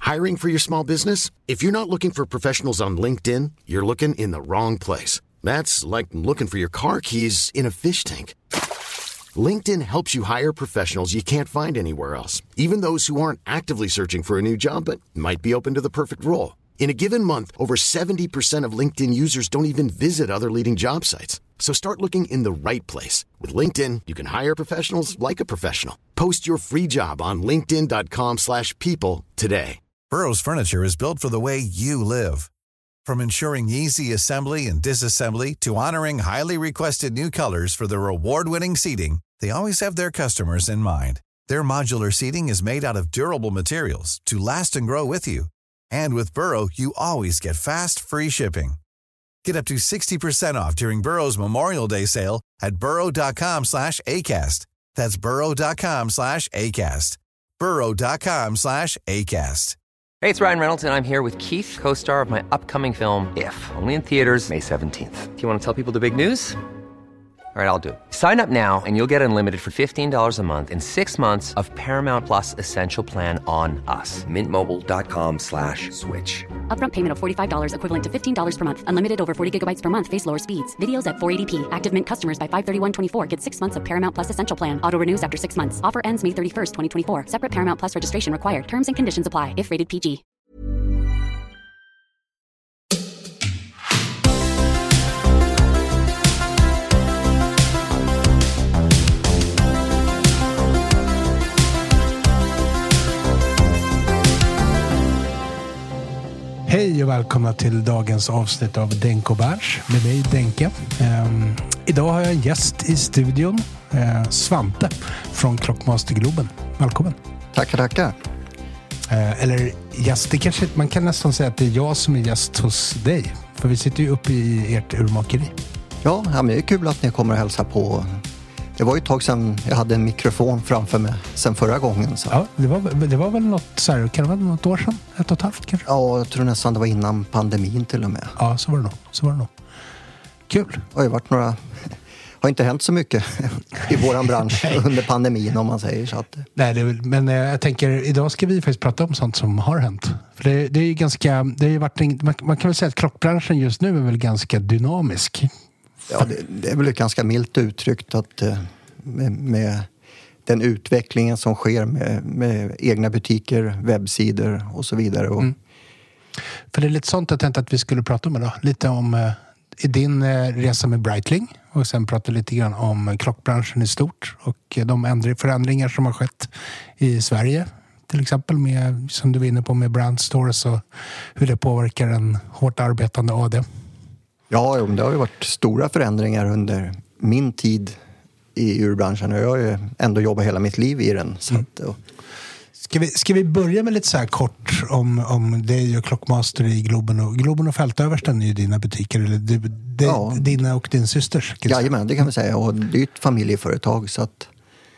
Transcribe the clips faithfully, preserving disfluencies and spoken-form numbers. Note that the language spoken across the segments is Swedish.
Hiring for your small business? If you're not looking for professionals on LinkedIn, you're looking in the wrong place. That's like looking for your car keys in a fish tank. LinkedIn helps you hire professionals you can't find anywhere else, even those who aren't actively searching for a new job but might be open to the perfect role. In a given month, over seventy percent of LinkedIn users don't even visit other leading job sites. So start looking in the right place. With LinkedIn, you can hire professionals like a professional. Post your free job on linkedin dot com slash people today. Burrow's furniture is built for the way you live. From ensuring easy assembly and disassembly to honoring highly requested new colors for their award-winning seating, they always have their customers in mind. Their modular seating is made out of durable materials to last and grow with you. And with Burrow, you always get fast, free shipping. Get up to sixty percent off during Burrow's Memorial Day sale at burrow dot com slash ACAST. That's burrow dot com slash ACAST. burrow dot com slash ACAST. Hey, it's Ryan Reynolds, and I'm here with Keith, co-star of my upcoming film, If, only in theaters May seventeenth. Do you want to tell people the big news? All right, I'll do it. Sign up now and you'll get unlimited for fifteen dollars a month and six months of Paramount Plus Essential Plan on us. Mint Mobile dot com slash switch. Upfront payment of forty-five dollars equivalent to fifteen dollars per month. Unlimited over forty gigabytes per month. Face lower speeds. Videos at four eighty p. Active Mint customers by five thirty-one twenty-four get six months of Paramount Plus Essential Plan. Auto renews after six months. Offer ends May thirty-first, twenty twenty-four. Separate Paramount Plus registration required. Terms and conditions apply if rated P G. Hej och välkomna till dagens avsnitt av Denk och Bärs med mig Denke. Um, idag har jag en gäst i studion, uh, Svante från Clockmaster Globen. Välkommen. Tackar, tackar. Uh, eller gäst, det kanske, man kan nästan säga att det är jag som är gäst hos dig. För vi sitter ju uppe i ert urmakeri. Ja, ja men det är kul att ni kommer och hälsa på. Det var ju ett tag sedan jag hade en mikrofon framför mig sen förra gången. Så. Ja, det var, det var väl något, så här, kan det vara något år sedan? Ett och ett halvt kanske? Ja, jag tror nästan det var innan pandemin till och med. Ja, så var det nog. Så var det nog. Kul. Det har ju varit några... har inte hänt så mycket i våran bransch under pandemin om man säger så att... Nej, det är väl, men jag tänker, idag ska vi faktiskt prata om sånt som har hänt. För det, det är ju ganska... Det har ju varit en, man, man kan väl säga att klockbranschen just nu är väl ganska dynamisk. Ja, det, det är väl ganska milt uttryckt att... Med, med den utvecklingen som sker med, med egna butiker, webbsidor och så vidare. Och... Mm. För det är lite sånt jag tänkte att vi skulle prata om idag. Lite om eh, din eh, resa med Breitling och sen prata lite grann om klockbranschen i stort och de ändring, förändringar som har skett i Sverige. Till exempel med, som du var inne på, med brand stores och hur det påverkar en hårt arbetande A D. Ja, det har ju varit stora förändringar under min tid i urbranschen och jag har ju ändå jobbat hela mitt liv i den. Så att, och... ska, vi, ska vi börja med lite så här kort om, om dig och Clockmaster i Globen och, Globen och Fältöversten är ju dina butiker, eller du, de, ja. dina och din systers? Jajamän, det kan vi säga, och det är ett familjeföretag så att...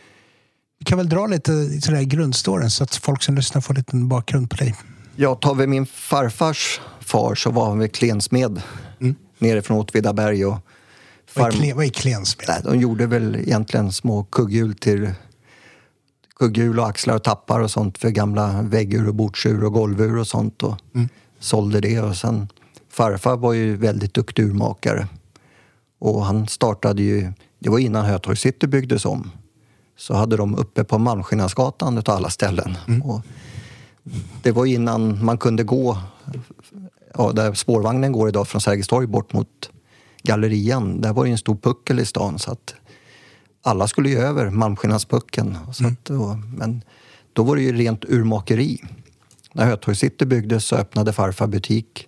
Vi kan väl dra lite sådär grundstoryn så att folk som lyssnar får lite bakgrund på dig. Ja, tar vi min farfars far så var han vid Klensmed mm. nere från Åtvidaberg och Vad är, klen, vad är Klensmed? Nej, de gjorde väl egentligen små kugghjul till kugghjul och axlar och tappar och sånt för gamla väggur och bordsur och golvur och sånt och mm. sålde det. Och sen farfar var ju väldigt duktig urmakare och han startade ju, det var innan Hötorgs City byggdes om, så hade de uppe på Malmskillnadsgatan utav alla ställen mm. och det var innan man kunde gå, ja, där spårvagnen går idag från Sergels torg bort mot Gallerian, där var det en stor puckel i stan så att alla skulle ju över Malmskillnadspucken. Så att, och, men då var det ju rent urmakeri. När Hötorgs City byggdes så öppnade farfar butik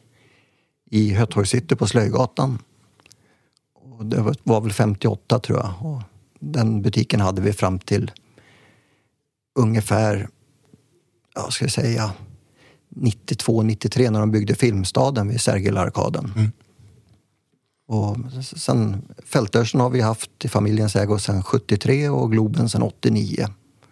i Hötorgs City på Slöjgatan. Och det var, var väl femtioåtta tror jag. Och den butiken hade vi fram till ungefär, jag ska säga, nittiotvå nittiotre när de byggde Filmstaden vid Sergelarkaden. Mm. Och sen Fältörsen har vi haft i familjens ägo sedan sjuttiotre och Globen sedan åttionio.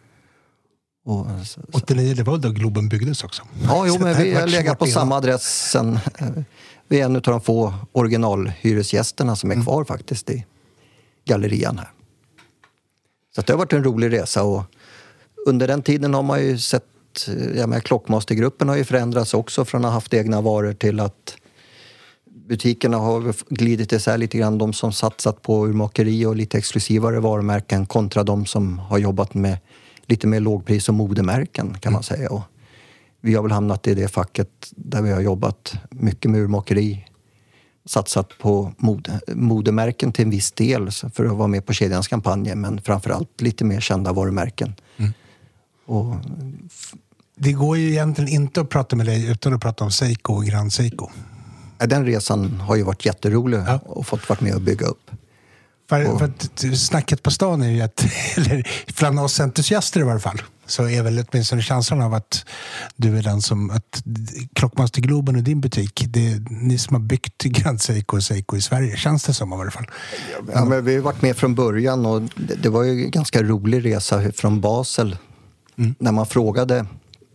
Och så, åttionio, det var då Globen byggdes också. Ja, jo, men vi har legat på samma adress sen. Vi är en av de få originalhyresgästerna som är kvar mm. faktiskt i gallerian här. Så det har varit en rolig resa och under den tiden har man ju sett att ja, men Klockmastergruppen har ju förändrats också från att ha haft egna varor till att butikerna har glidit isär lite grann. De som satsat på urmakeri och lite exklusivare varumärken kontra de som har jobbat med lite mer lågpris och modemärken kan man säga. Och vi har väl hamnat i det facket där vi har jobbat mycket med urmakeri. Satsat på mode, modemärken till en viss del för att vara med på kedjans kampanjer, men framförallt lite mer kända varumärken. Mm. Och det går ju egentligen inte att prata med dig utan att prata om Seiko och Grand Seiko. Den resan har ju varit jätterolig ja. och fått vara med och bygga upp. För, och, för att snacket på stan är ju att, eller bland oss entusiaster i varje fall, så är väl åtminstone känslan av att du är den som, att Klockmaster Globen och din butik, det är ni som har byggt Grand Seiko och Seiko i Sverige, känns det som i varje fall. Ja, men vi har varit med från början och det, det var ju en ganska rolig resa från Basel. Mm. När man frågade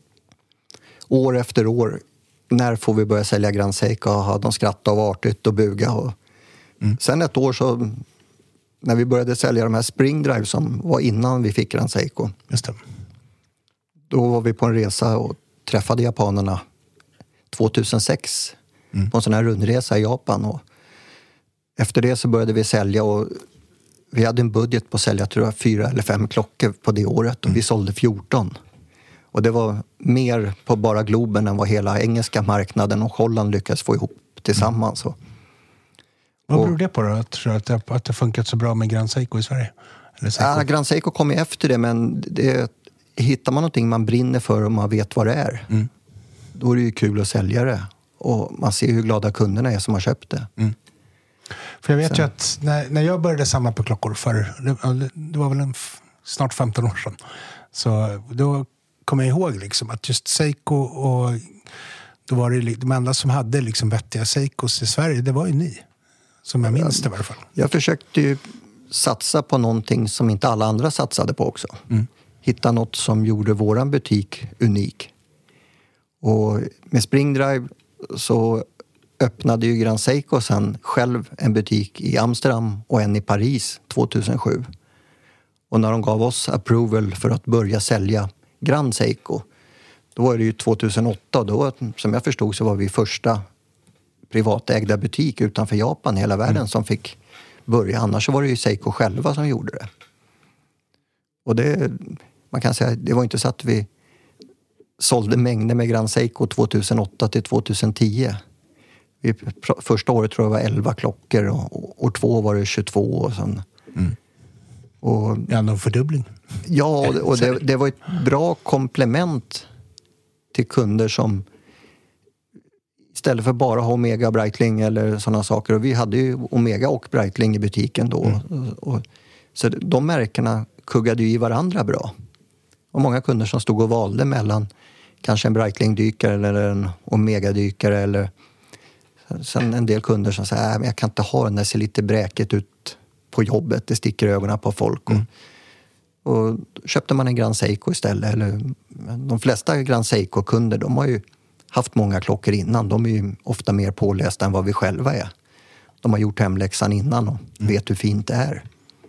år efter år, när får vi börja sälja Grand Seiko? Och de skrattade och artigt och buga. Och mm. Sen ett år så, när vi började sälja de här Spring Drive som var innan vi fick Grand Seiko. Just det. Då var vi på en resa och träffade japanerna tjugohundrasex mm. på en sån här rundresa i Japan. Och efter det så började vi sälja och vi hade en budget på att sälja tror jag, fyra eller fem klockor på det året och mm. vi sålde fjorton. Och det var mer på bara Globen än vad hela engelska marknaden och Holland lyckades få ihop tillsammans. Mm. Vad beror det på då? Att, att, det, att det funkat så bra med Grand Seiko i Sverige? Eller Seiko? Ja, Grand Seiko kom ju efter det, men det, hittar man någonting man brinner för och man vet vad det är, mm. då är det ju kul att sälja det. Och man ser hur glada kunderna är som har köpt det. Mm. För jag vet Sen. ju att när, när jag började samla på klockor för det, det var väl en, snart femton år sedan, så då kommer jag ihåg liksom att just Seiko och då var det de enda som hade liksom vettiga Seikos i Sverige, det var ju ni. Som jag minns det i alla fall. Jag försökte ju satsa på någonting som inte alla andra satsade på också. Mm. Hitta något som gjorde våran butik unik. Och med Spring Drive så öppnade ju Grand Seiko sen själv en butik i Amsterdam och en i Paris tjugohundrasju. Och när de gav oss approval för att börja sälja Grand Seiko, då var det ju tjugohundraåtta och då, som jag förstod, så var vi första privatägda butik utanför Japan i hela världen mm. som fick börja. Annars så var det ju Seiko själva som gjorde det. Och det, man kan säga, det var inte så att vi sålde mängder med Grand Seiko tjugohundraåtta till tjugohundratio. Vi, första året tror jag var elva klockor och år två var det tjugotvå och sånt. Mm. Och, ja, någon fördubbling. Ja, och det, det var ett bra komplement till kunder som istället för bara ha Omega och Breitling eller sådana saker. Och vi hade ju Omega och Breitling i butiken då. Mm. Och, och, så de märkena kuggade ju i varandra bra. Och många kunder som stod och valde mellan kanske en Breitling-dykare eller en Omega-dykare. Eller sen en del kunder som säger att jag kan inte ha den, det ser lite bräket ut på jobbet. Det sticker i ögonen på folk. Mm. Och, och köpte man en Grand Seiko istället. Eller, de flesta Grand Seiko-kunder, de har ju haft många klockor innan. De är ju ofta mer pålästa än vad vi själva är. De har gjort hemläxan innan och mm. vet hur fint det är.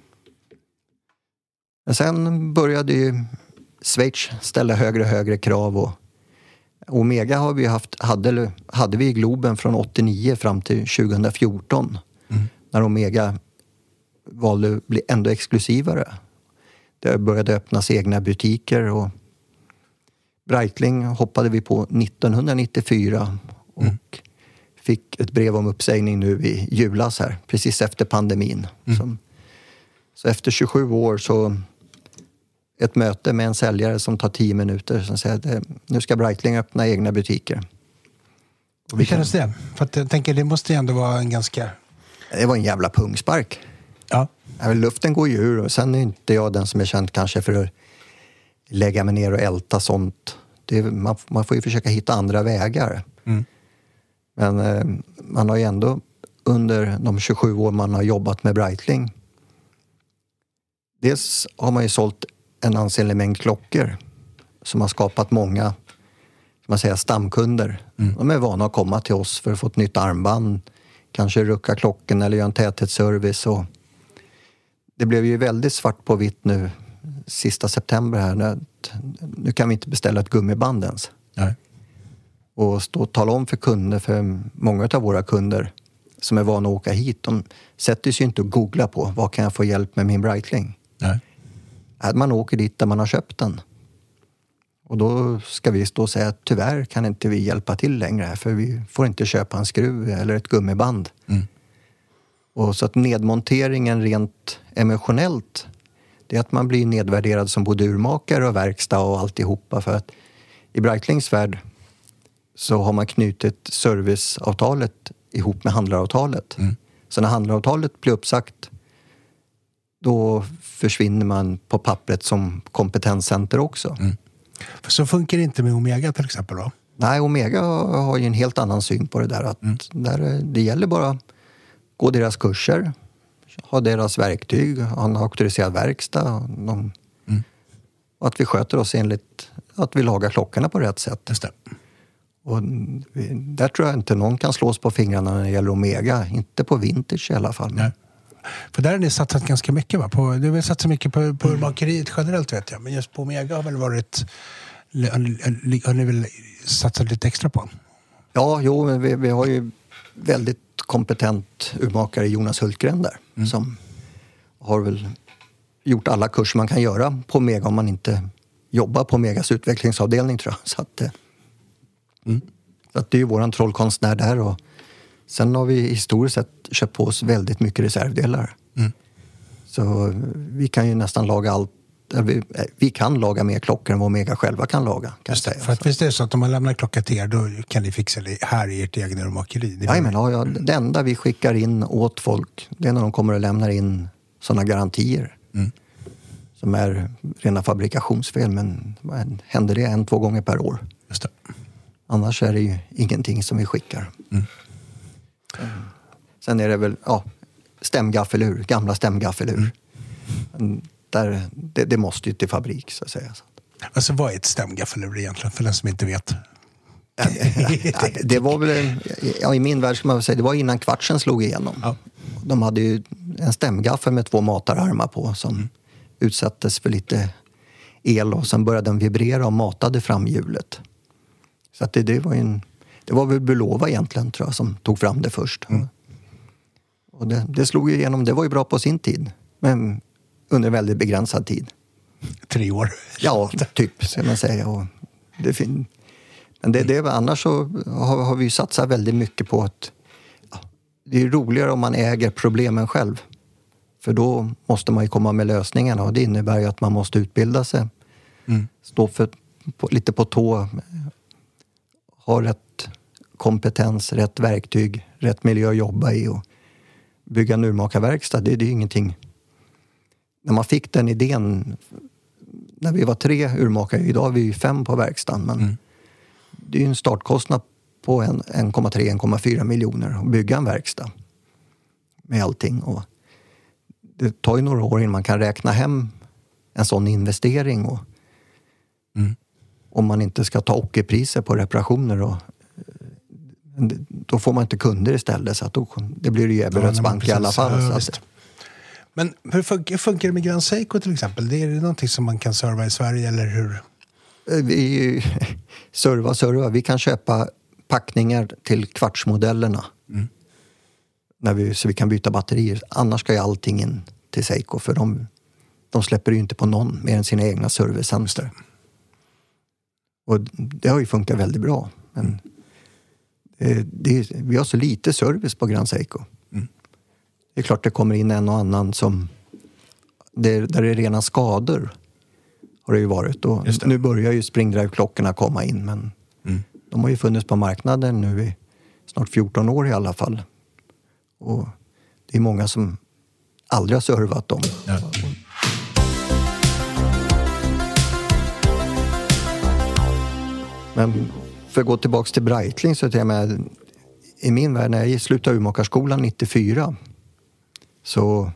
Men sen började ju Schweiz ställa högre och högre krav. Och Omega har vi haft, hade, hade vi i Globen från åttionio fram till tjugohundrafjorton. Mm. När Omega valde att bli ändå exklusivare. Det började öppnas egna butiker och Breitling hoppade vi på nittonhundranittiofyra och mm. fick ett brev om uppsägning nu i julas här, precis efter pandemin. Mm. Som, så efter tjugosju år så ett möte med en säljare som tar tio minuter som säger att nu ska Breitling öppna egna butiker. Hur kändes det? För att jag tänker det måste ju ändå vara en ganska... Det var en jävla pungspark. Ja. Luften går ju ur och sen är inte jag den som är känd kanske för att lägga mig ner och älta sånt. Det, man, man får ju försöka hitta andra vägar. Mm. Men eh, man har ju ändå under de tjugosju år man har jobbat med Breitling. Dels har man ju sålt en ansenlig mängd klockor som har skapat många, ska man säga, stamkunder. Mm. De är vana att komma till oss för att få ett nytt armband. Kanske rucka klockan eller göra en täthetsservice. Och det blev ju väldigt svart på vitt nu sista september här när att nu kan vi inte beställa ett gummiband ens. Nej. Och stå och tala om för kunder, för många av våra kunder som är vana att åka hit, de sätter sig inte och googla på vad kan jag få hjälp med min Breitling. Nej. Att man åker dit där man har köpt den. Och då ska vi stå och säga att tyvärr kan inte vi hjälpa till längre här, för vi får inte köpa en skruv eller ett gummiband. Mm. Och så att nedmonteringen rent emotionellt, det är att man blir nedvärderad som både urmakare och verkstad och alltihopa, för att i Breitlings värld så har man knutit serviceavtalet ihop med handlaravtalet. Mm. Så när handlaravtalet blir uppsagt, då försvinner man på pappret som kompetenscenter också. Mm. För så funkar det inte med Omega till exempel då? Nej, Omega har ju en helt annan syn på det där. Att mm. där, det gäller bara att gå deras kurser, ha deras verktyg, ha en auktoriserad verkstad. De, mm. och att vi sköter oss enligt att vi lagar klockorna på rätt sätt. Just det. Och där tror jag inte någon kan slås på fingrarna när det gäller Omega. Inte på vintage i alla fall. Nej. För där har ni satsat ganska mycket, va? På, du har satsat mycket på, på makeriet generellt, vet jag. Men just på Omega har väl varit... Har ni väl satsat lite extra på? Ja, jo, men vi, vi har ju väldigt kompetent urmakare Jonas Hultgren där. Mm. Som har väl gjort alla kurser man kan göra på Omega om man inte jobbar på Omegas utvecklingsavdelning, tror jag. Så att, mm. så att det är ju våran trollkonstnär där. Och sen har vi historiskt sett köpt på oss väldigt mycket reservdelar. Mm. Så vi kan ju nästan laga allt. Vi, vi kan laga mer klockor än vad Omega själva kan laga. Kan Just det, säga. För att visst är det så att om man lämnar klocka till er, då kan ni fixa det här i ert egna urmakeri. Nej, men ja, ja, det enda vi skickar in åt folk, det är när de kommer och lämnar in sådana garantier. Mm. Som är rena fabrikationsfel, men händer det en, två gånger per år. Just det. Annars är det ju ingenting som vi skickar. Mm. Sen är det väl, ja, stämgaffelur, gamla stämgaffelur. Mm. Där, det, det måste ju till fabrik, så att säga. Alltså, vad är ett stämgaffelur egentligen, för den som inte vet? Ja, det, det var väl, ja, i min värld ska man väl säga, det var innan kvartsen slog igenom. Ja. De hade ju en stämgaffel med två matararmar på som mm. utsattes för lite el, och sen började den vibrera och matade fram hjulet. Så att det, det var ju en, det var väl Bulova egentligen, tror jag, som tog fram det först. Mm. Och det, det slog ju igenom, det var ju bra på sin tid. Men under väldigt begränsad tid. Tre år. Ja, typ, ska man säga. Och det fin- Men det, det, annars så har, har vi satsat väldigt mycket på att ja, det är roligare om man äger problemen själv. För då måste man ju komma med lösningarna, och det innebär ju att man måste utbilda sig. Mm. Stå för, på, lite på tå. Ha rätt kompetens, rätt verktyg, rätt miljö att jobba i, och bygga en urmakarverkstad. Det, det är ju ingenting. När man fick den idén, när vi var tre urmakare, idag är vi ju fem på verkstaden, men mm. det är ju en startkostnad på en komma tre till en komma fyra miljoner att bygga en verkstad med allting. Och det tar ju några år innan man kan räkna hem en sån investering, och mm. om man inte ska ta ockerpriser på reparationer, och då får man inte kunder istället, så att då, det blir ju Ebberöds bank i alla fall. Ja, så att, men hur funkar, funkar det med Grand Seiko till exempel? Det är det någonting som man kan serva i Sverige, eller hur? Vi serva, serva. Vi kan köpa packningar till kvartsmodellerna. Mm. När vi, så vi kan byta batterier. Annars ska ju allting in till Seiko, för de, de släpper ju inte på någon mer än sina egna servicetjänster. Och det har ju funkat väldigt bra. Men det, det, vi har så lite service på Grand Seiko. Mm. Det är klart det kommer in en och annan som det, där det är rena skador, har det ju varit. Och nu börjar ju springdrive-klockorna komma in, men mm. de har ju funnits på marknaden nu i snart fjorton år i alla fall. Och det är många som aldrig har servat dem. Ja. Men för att gå tillbaka till Breitling, så är jag med, i min värld, när jag slutade urmakarskolan nittiofyra, så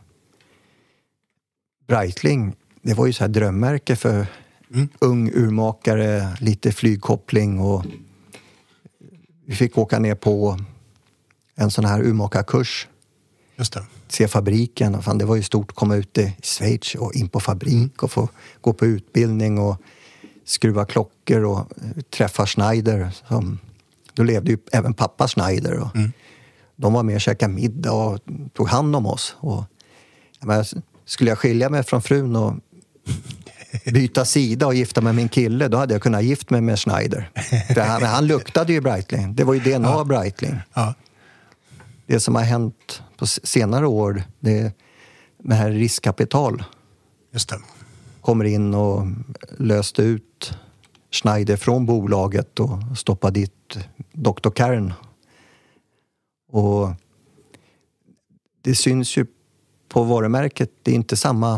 Breitling, det var ju så här drömmärke för mm. ung urmakare, lite flygkoppling, och vi fick åka ner på en sån här urmakarkurs. Just det. Se fabriken, och fan, det var ju stort att komma ut i Schweiz och in på fabrik och få gå på utbildning, och skruva klockor och träffa Schneider. Som, då levde ju även pappa Schneider. Och mm. De var med och käkade middag och tog hand om oss. Och, men, skulle jag skilja mig från frun och byta sida och gifta med min kille, då hade jag kunnat gifta mig med Schneider. För han, han luktade ju Breitling. Det var ju D N A ja. Breitling. Ja. Det som har hänt på senare år, det är med här riskkapital. Just det. Kommer in och löste ut Schneider från bolaget och stoppade dit doktor Kern. Och det syns ju på varumärket, det är inte samma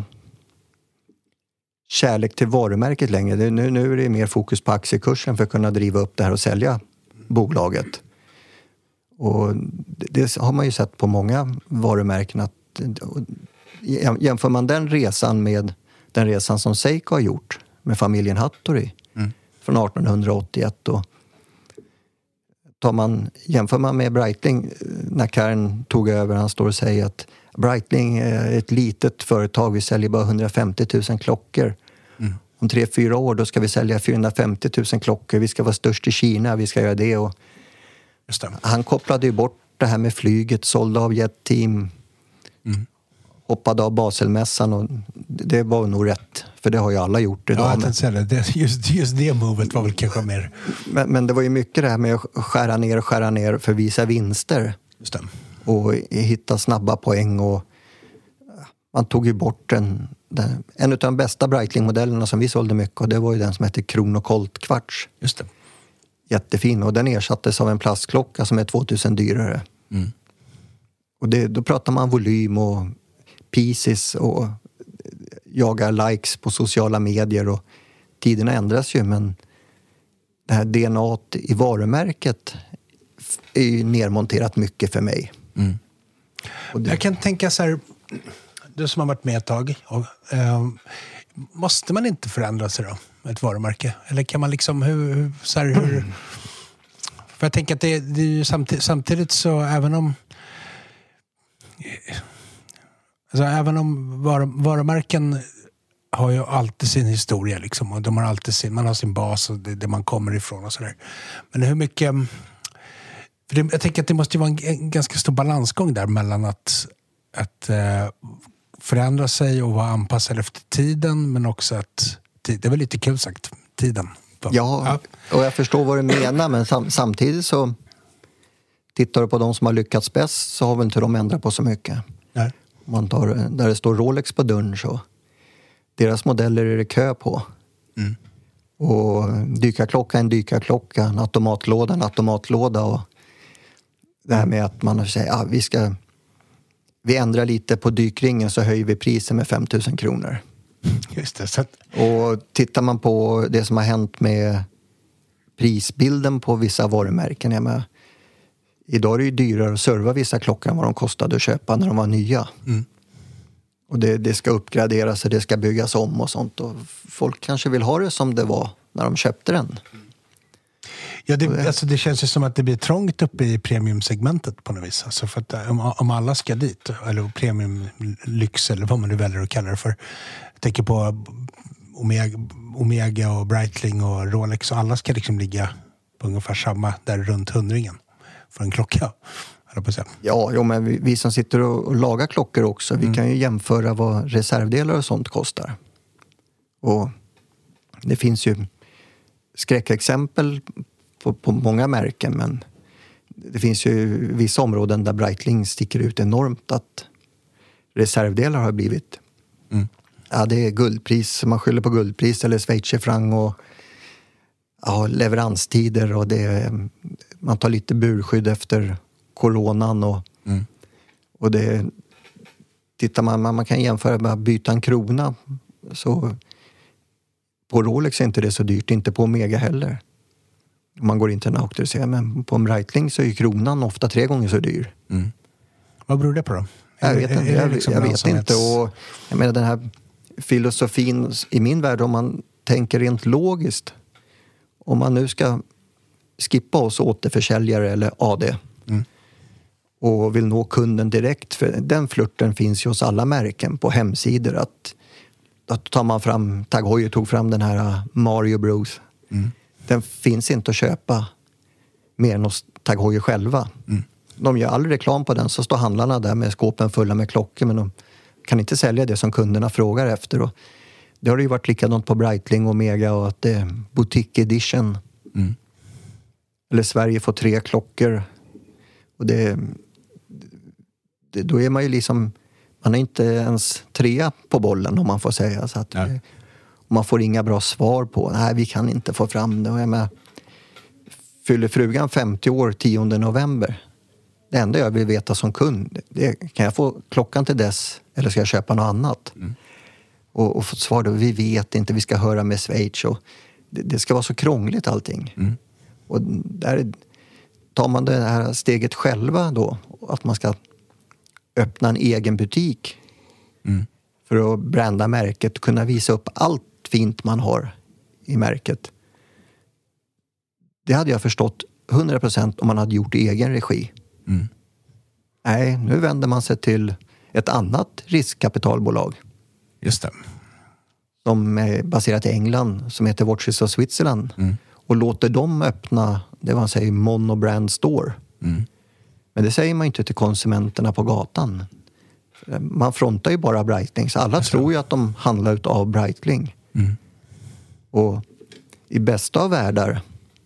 kärlek till varumärket längre. Det, nu, nu är det mer fokus på aktiekursen för att kunna driva upp det här och sälja bolaget. Och det, det har man ju sett på många varumärken att jämför man den resan med den resan som Seiko har gjort med familjen Hattori mm. från arton åttioett och tar man, jämför man med Breitling när Kern tog över, han står och säger att Breitling är ett litet företag, vi säljer bara hundrafemtio tusen klockor. Mm. Om tre, fyra år då ska vi sälja fyrahundrafemtio tusen klockor, vi ska vara störst i Kina, vi ska göra det. Och Just det. Han kopplade ju bort det här med flyget, sålde av Jet-team, mm. hoppade av Baselmässan och det var nog rätt, för det har ju alla gjort idag. Ja, jag tänkte säga det. Just, just det movet var väl kanske mer... Men, men det var ju mycket det här med att skära ner och skära ner för att visa vinster. Just det. Och hitta snabba poäng och man tog ju bort en, den, en av de bästa Breitling-modellerna som vi sålde mycket och det var ju den som hette Chronocolt Kvarts. Just det. Jättefin och den ersattes av en plastklocka som är tvåtusen dyrare. Mm. Och det, då pratar man volym och pieces och jagar likes på sociala medier och tiderna ändras ju, men det här D N A i varumärket är ju nermonterat mycket för mig. Mm. Det... Jag kan tänka så här, du som har varit med ett tag, och, eh, måste man inte förändra sig då, ett varumärke? Eller kan man liksom, hur, hur, så här, hur... Mm. För jag tänker att det, det är ju samtidigt, samtidigt så även om alltså även om var, varumärken har ju alltid sin historia liksom, och de har alltid sin, man har sin bas och det, det man kommer ifrån och sådär. Men hur mycket, för det, jag tänker att det måste ju vara en, en ganska stor balansgång där mellan att, att eh, förändra sig och vara anpassad efter tiden, men också att, det är väl lite kul sagt, tiden. Ja, ja, och jag förstår vad du menar, men sam, samtidigt så tittar du på de som har lyckats bäst så har väl inte de ändrat på så mycket. Nej. Man tar, där det står Rolex på dörren så deras modeller är det kö på. Mm. Och dykarklocka en dykarklocka, en automatlåda en automatlåda och det här med att man säger ja, vi ska vi ändrar lite på dykringen så höjer vi priset med femtusen kronor. Just det, så att... Och tittar man på det som har hänt med prisbilden på vissa varumärken, jag med, idag är det ju dyrare att serva vissa klockor än vad de kostade att köpa när de var nya. Mm. Och det, det ska uppgraderas och det ska byggas om och sånt. Och folk kanske vill ha det som det var när de köpte den. Ja, det, alltså det känns ju som att det blir trångt uppe i premiumsegmentet på något vis. Alltså för att om, om alla ska dit, eller premiumlyx eller vad man nu väljer att kalla det för. Jag tänker på Omega, Omega och Breitling och Rolex och alla ska liksom ligga på ungefär samma där runt hundringen för en klocka. Ja, jo, men vi, vi som sitter och, och lagar klockor också, mm. vi kan ju jämföra vad reservdelar och sånt kostar. Och det finns ju skräckexempel på, på många märken, men det finns ju vissa områden där Breitling sticker ut enormt att reservdelar har blivit mm. ja, det är guldpris, man skyller på guldpris eller schweizerfranc och ja, leveranstider och det, man tar lite burskydd efter coronan och, mm. och det tittar man, man kan jämföra med att byta en krona så på Rolex är inte det så dyrt, inte på Omega heller. Man går inte en auktoriserad, men på en Breitling så är kronan ofta tre gånger så dyr. Mm. Vad beror det på då? Jag vet inte, jag, liksom jag vet inte och jag menar den här filosofin i min värld, om man tänker rent logiskt, om man nu ska skippa oss återförsäljare eller A D mm. och vill nå kunden direkt, för den flirten finns ju hos alla märken på hemsidor att då tar man fram, Tag Heuer tog fram den här Mario Bros. Mm. Den finns inte att köpa mer än hos Tag Heuer själva. Mm. De gör all reklam på den, så står handlarna där med skåpen fulla med klockor, men de kan inte sälja det som kunderna frågar efter. Och det har ju varit likadant på Breitling och Omega, och att det är Boutique Edition. Mm. Eller Sverige får tre klockor. Och det, det då är man ju liksom, man är inte ens trea på bollen, om man får säga. Så att det, man får inga bra svar på, nej, vi kan inte få fram det. Och jag med, fyller frugan femtio år tionde november. Det enda jag vill veta som kund, det är, kan jag få klockan till dess, eller ska jag köpa något annat? Mm. Och, och få svar då, vi vet inte, vi ska höra med Schweiz. Och det, det ska vara så krångligt allting. Mm. Och där tar man det här steget själva då, att man ska öppna en egen butik. Mm. För att branda märket och kunna visa upp allt fint man har i märket. Det hade jag förstått hundra procent om man hade gjort i egen regi. Mm. Nej, nu vänder man sig till ett annat riskkapitalbolag. Just det. Som är baserat i England, som heter Watches of Switzerland. Mm. Och låter dem öppna, det man säger, monobrand store. Mm. Men det säger man inte till konsumenterna på gatan. Man frontar ju bara Breitling, så alla tror ju att de handlar ut av Breitling. Mm. Och i bästa av världar,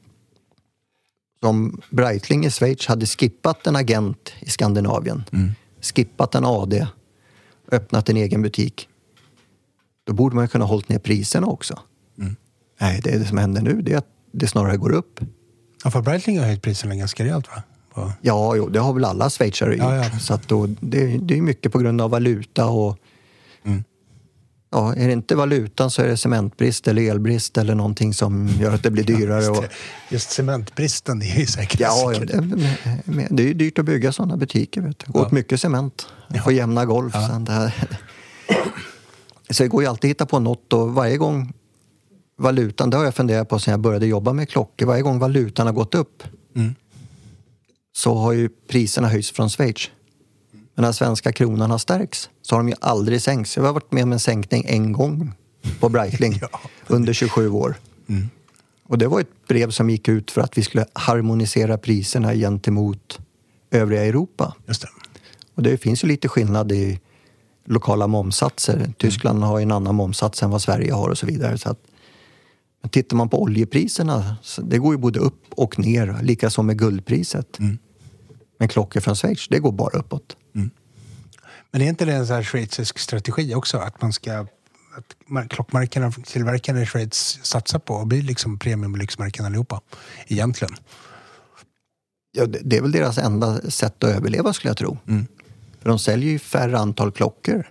som Breitling i Schweiz hade skippat en agent i Skandinavien, mm. skippat en A D, öppnat en egen butik, då borde man ju kunna hålla ner priserna också. Mm. Nej, det är det som händer nu, det är att det snarare går upp. Ja, för Breitling har höjt priserna ganska rejält, va? På... Ja, jo, det har väl alla schweizare gjort. Ja, ja. Så att då, det, det är mycket på grund av valuta och mm. ja, är det inte valutan så är det cementbrist eller elbrist eller någonting som gör att det blir dyrare. Ja, just, och... just cementbristen är ju säkert. Ja, ja det, det är ju dyrt att bygga sådana butiker. Vet du. Gå åt ja. mycket cement ja. få jämna golv. Ja. Så, det här. Så det går ju alltid att hitta på något, och varje gång valutan, det har jag funderat på sedan jag började jobba med klockor, varje gång valutan har gått upp mm. så har ju priserna höjts från Schweiz. Men när svenska kronan har stärks så har de ju aldrig sänkts. Jag har varit med om en sänkning en gång på Breitling ja. under tjugosju år. Mm. Och det var ett brev som gick ut för att vi skulle harmonisera priserna gentemot övriga Europa. Just det. Och det finns ju lite skillnad i lokala momsatser. Tyskland mm. har en annan momsats än vad Sverige har och så vidare. Så att, men tittar man på oljepriserna, så det går ju både upp och ner, lika som med guldpriset. Mm. Men klockor från Schweiz, det går bara uppåt. Mm. Men är inte det en sån här schweizisk strategi också? Att man ska, att klockmärkena, tillverkarna i Schweiz satsar på och blir liksom premium- och lyxmärken allihopa, egentligen? Ja, det, det är väl deras enda sätt att överleva, skulle jag tro. Mm. För de säljer ju färre antal klockor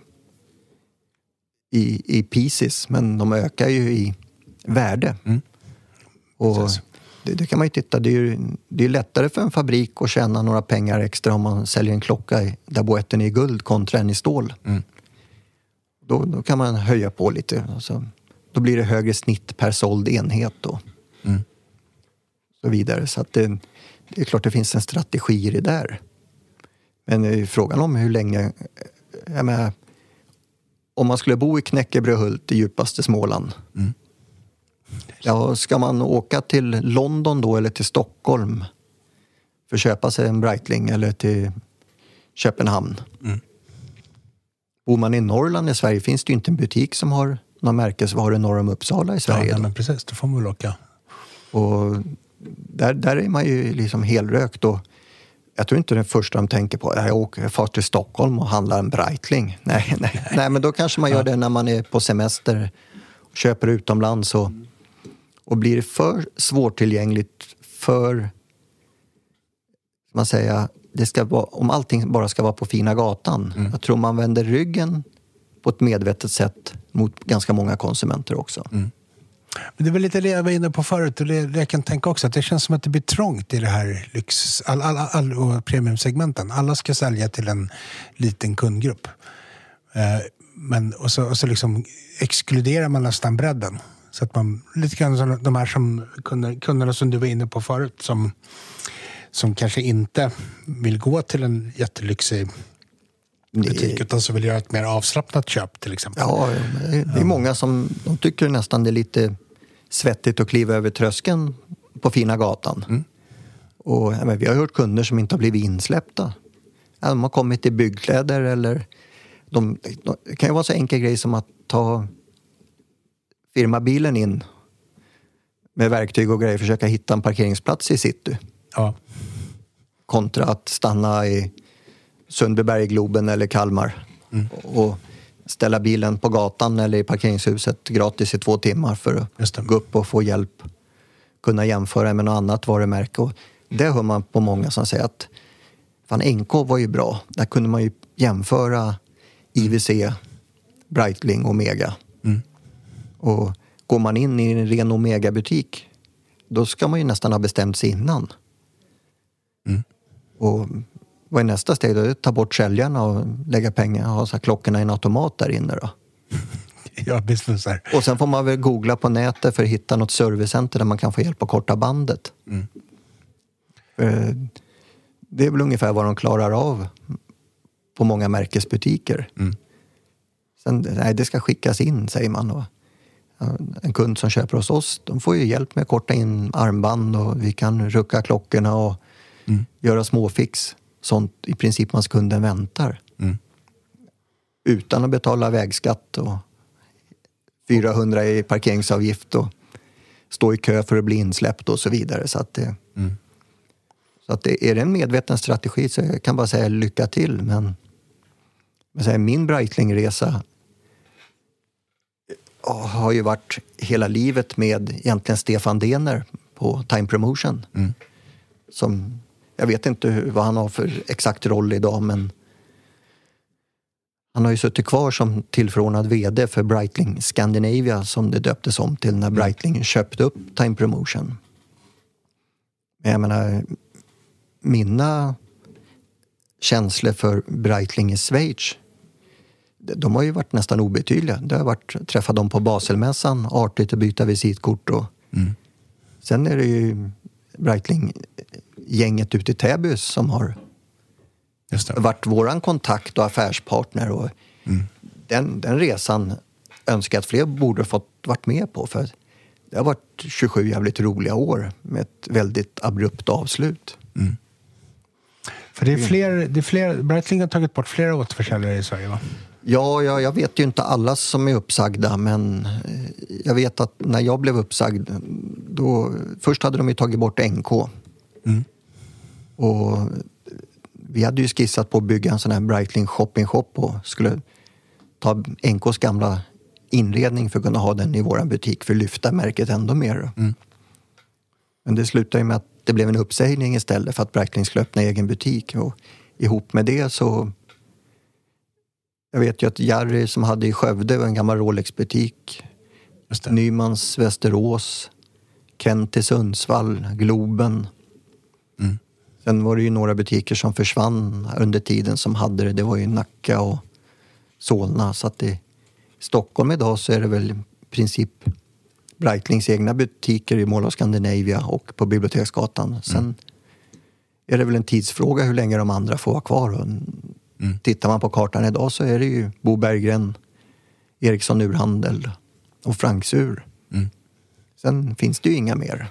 i, i pieces, men de ökar ju i värde. Mm. Och det, det kan man ju titta, det är ju det är lättare för en fabrik att tjäna några pengar extra om man säljer en klocka i, där boetten är i guld kontra en i stål. Mm. Då, då kan man höja på lite. Alltså, då blir det högre snitt per såld enhet då. Mm. Så vidare. Så att det, det är klart det finns en strategi i det där. Men det är frågan om hur länge... Jag menar, om man skulle bo i Knäckebröhult i djupaste Småland. Mm. Ja, ska man åka till London då eller till Stockholm för att köpa sig en Breitling eller till Köpenhamn? Mm. Bor man i Norrland i Sverige finns det ju inte en butik som har någon märkesvaror norr om Uppsala i Sverige. Ja, men precis, då får man väl åka. Och där, där är man ju liksom helrökt, och jag tror inte det första de tänker på är att jag åker fast till Stockholm och handlar en Breitling. Nej, nej. nej. nej men då kanske man gör det när man är på semester och köper utomlands, och, och blir det för svårtillgängligt för, man säger, det ska vara, om allting bara ska vara på fina gatan. Mm. Jag tror man vänder ryggen på ett medvetet sätt mot ganska många konsumenter också. Mm. Men det är väl lite det jag var inne på förut, och det, det jag kan tänka också, att det känns som att det blir trångt i det här lyx, all, all, all, och premiumsegmenten. Alla ska sälja till en liten kundgrupp. Eh, men, och så, och så liksom exkluderar man nästan bredden. Så att man, lite grann som de här som kunder, kunderna som du var inne på förut, som, som kanske inte vill gå till en jättelyxig butik utan som vill göra ett mer avslappnat köp till exempel. Ja, det är, det är många som de tycker nästan det är lite svettigt att kliva över tröskeln på fina gatan. Mm. Och ja, men vi har hört kunder som inte har blivit insläppta. Ja, de har kommit i byggkläder eller de, de, det kan ju vara så enkel grej som att ta firmabilen in med verktyg och grejer, försöka hitta en parkeringsplats i city. Ja. Kontra att stanna i Sundbyberg, Globen eller Kalmar mm. och ställa bilen på gatan eller i parkeringshuset gratis i två timmar för att gå upp och få hjälp. Kunna jämföra med något annat varumärke. Och det hör man på många som säger att fan, N K var ju bra. Där kunde man ju jämföra I W C, Breitling och Omega. Mm. Och går man in i en ren Omega-butik, då ska man ju nästan ha bestämt sig innan. Mm. Och vad är nästa steg då? Ta bort säljarna och lägga pengar och ha så här klockorna i en automat där inne då. Ja, visst så här. Och sen får man väl googla på nätet för att hitta något servicecenter där man kan få hjälp att korta bandet. Mm. För det är väl ungefär vad de klarar av på många märkesbutiker. Mm. Sen, nej, det ska skickas in, säger man. Och en kund som köper hos oss, de får ju hjälp med att korta in armband och vi kan rucka klockorna och mm. göra småfix. Sånt i princip man kunden väntar. Mm. Utan att betala vägskatt och fyrahundra i parkeringsavgift och stå i kö för att bli insläppt och så vidare. Så att det, mm. så att det är en medveten strategi, så jag kan bara säga lycka till. Men, men så här, min Breitling-resa har ju varit hela livet med egentligen Stefan Denner på Time Promotion. Mm. Som, jag vet inte vad han har för exakt roll idag, men han har ju suttit kvar som tillförordnad vd för Breitling Scandinavia, som det döptes om till när Breitling köpte upp Time Promotion. Men jag menar, mina känslor för Breitling i Schweiz, de har ju varit nästan obetydliga. Det har varit träffa dem på Baselmässan, artigt att byta visitkort och mm. sen är det ju Breitling-gänget ute i Täby som har varit våran kontakt och affärspartner och mm. den, den resan önskar jag att fler borde fått varit med på, för det har varit tjugosju jävligt roliga år med ett väldigt abrupt avslut. Mm. För det är fler, det är fler, Breitling har tagit bort flera återförsäljare i Sverige, va? Ja, ja, jag vet ju inte alla som är uppsagda, men jag vet att när jag blev uppsagd, då, först hade de ju tagit bort N K. Mm. Och vi hade ju skissat på att bygga en sån här Breitling shopping shop och skulle ta N K:s gamla inredning för att kunna ha den i våran butik för att lyfta märket ändå mer. Mm. Men det slutade ju med att det blev en uppsägning istället för att Breitling skulle öppna egen butik. Och ihop med det så... Jag vet ju att Jerry som hade i Skövde en gammal Rolex-butik. Nymans Västerås. Kent i Sundsvall. Globen. Mm. Sen var det ju några butiker som försvann under tiden som hade det. Det var ju Nacka och Solna. Så att i Stockholm idag så är det väl i princip Breitlings egna butiker i Mall of Scandinavia och på Biblioteksgatan. Sen mm. är det väl en tidsfråga hur länge de andra får vara kvar. Och mm. tittar man på kartan idag så är det ju Bo Berggren, Eriksson Urhandel och Franksur. Mm. Sen finns det ju inga mer.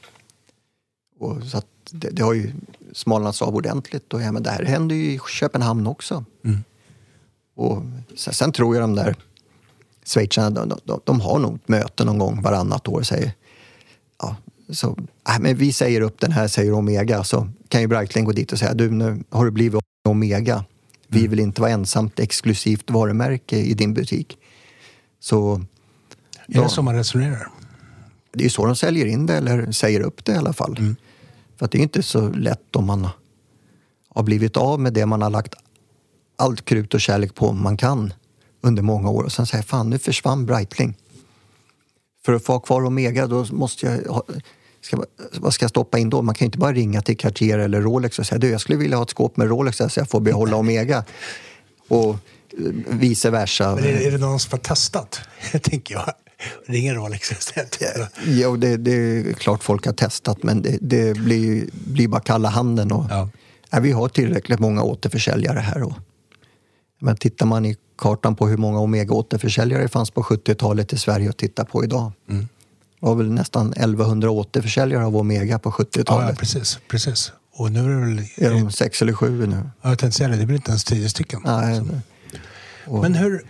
Och så att det, det har ju smalnats av ordentligt. Och ja, men det här händer ju i Köpenhamn också. Mm. Och sen, sen tror jag de där schweizarna, de, de, de har nog ett möte någon gång varannat år och säger ja, så, äh, men vi säger upp den här, säger Omega, så kan ju Breitling gå dit och säga du, nu har du blivit Omega. Vi mm. vill inte vara ensamt exklusivt varumärke i din butik. Så är det så man resonerar? Det är ju så de säljer in det eller säger upp det i alla fall. Mm. För att det är inte så lätt om man har blivit av med det man har lagt allt krut och kärlek på man kan under många år. Och sen säger fan, nu försvann Breitling. För att få kvar Omega då måste jag ha, ska, vad ska jag stoppa in då? Man kan ju inte bara ringa till Cartier eller Rolex och säga du, jag skulle vilja ha ett skåp med Rolex så jag får behålla Omega. Och vice versa. Men är, är det någon som har testat? tänker jag. Ringa Rolex istället. Ja, det, det är klart folk har testat, men det, det blir, blir bara kalla handen. Och, ja. Ja, vi har tillräckligt många återförsäljare här. Och, Men tittar man i kartan på hur många Omega åtta-försäljare det fanns på sjuttiotalet i Sverige och tittar på idag. Mm. Det var väl nästan elva åttio-försäljare av Omega på sjuttiotalet. Ja, precis. precis. Och nu är det väl... Är de sex eller sju nu? Ja, jag tänkte säga det. Det blir inte ens tio stycken. Nej. Och... Men hur...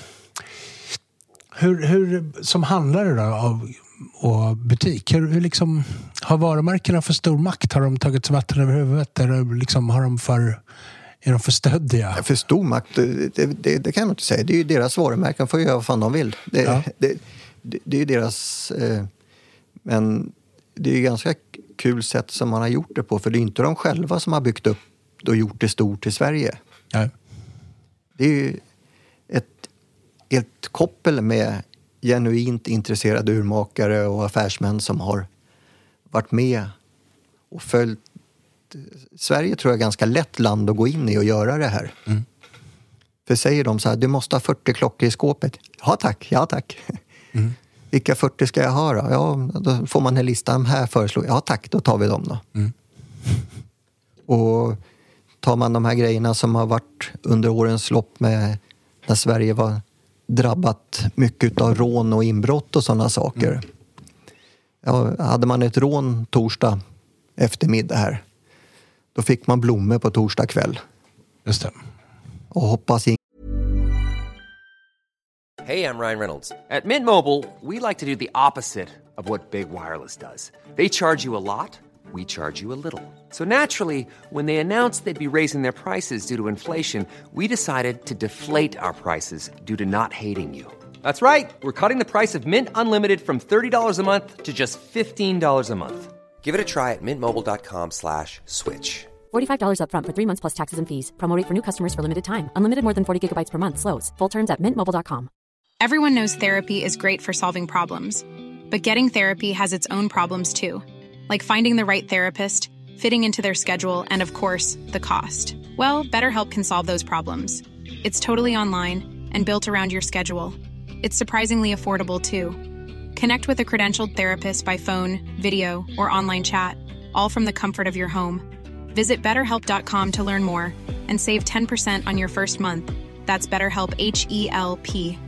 Hur, hur som handlare då av och butik, hur, hur liksom har varumärkena för stor makt? Har de tagit sig vatten över huvudet? Eller liksom har de för, är de för stöddiga? För stor makt, det, det, det kan man inte säga. Det är ju deras varumärken, får göra vad fan de vill. Det, ja. det, det, det är ju deras... Eh, men det är ju ganska kul sätt som man har gjort det på. För det är inte de själva som har byggt upp och gjort det stort i Sverige. Ja. Det är ju ett, ett koppel med genuint intresserade urmakare och affärsmän som har varit med och följt. Sverige tror jag är ganska lätt land att gå in i och göra det här. Mm. För säger de så här, du måste ha fyrtio klockor i skåpet. Ja tack, ja tack. Mm. Vilka fyrtio ska jag ha då? Ja, då får man en lista här föreslår. Ja tack, då tar vi dem då. Mm. Och tar man de här grejerna som har varit under årens lopp med när Sverige var drabbat mycket av rån och inbrott och sådana saker. Mm. Ja, hade man ett rån torsdag eftermiddag här, då fick man blommor på torsdag kväll. Just det. Och hoppas in. Hey, I'm Ryan Reynolds. At Mint Mobile, we like to do the opposite of what Big Wireless does. They charge you a lot, we charge you a little. So naturally, when they announced they'd be raising their prices due to inflation, we decided to deflate our prices due to not hating you. That's right. We're cutting the price of Mint Unlimited from thirty dollars a month to just fifteen dollars a month. Give it a try at mintmobile.com slash switch. forty-five dollars up front for three months plus taxes and fees. Promo rate for new customers for limited time. Unlimited more than forty gigabytes per month slows. Full terms at mint mobile dot com. Everyone knows therapy is great for solving problems. But getting therapy has its own problems too. Like finding the right therapist, fitting into their schedule, and of course, the cost. Well, BetterHelp can solve those problems. It's totally online and built around your schedule. It's surprisingly affordable too. Connect with a credentialed therapist by phone, video, or online chat, all from the comfort of your home. Visit better help dot com to learn more and save ten percent on your first month. That's BetterHelp, H E L P.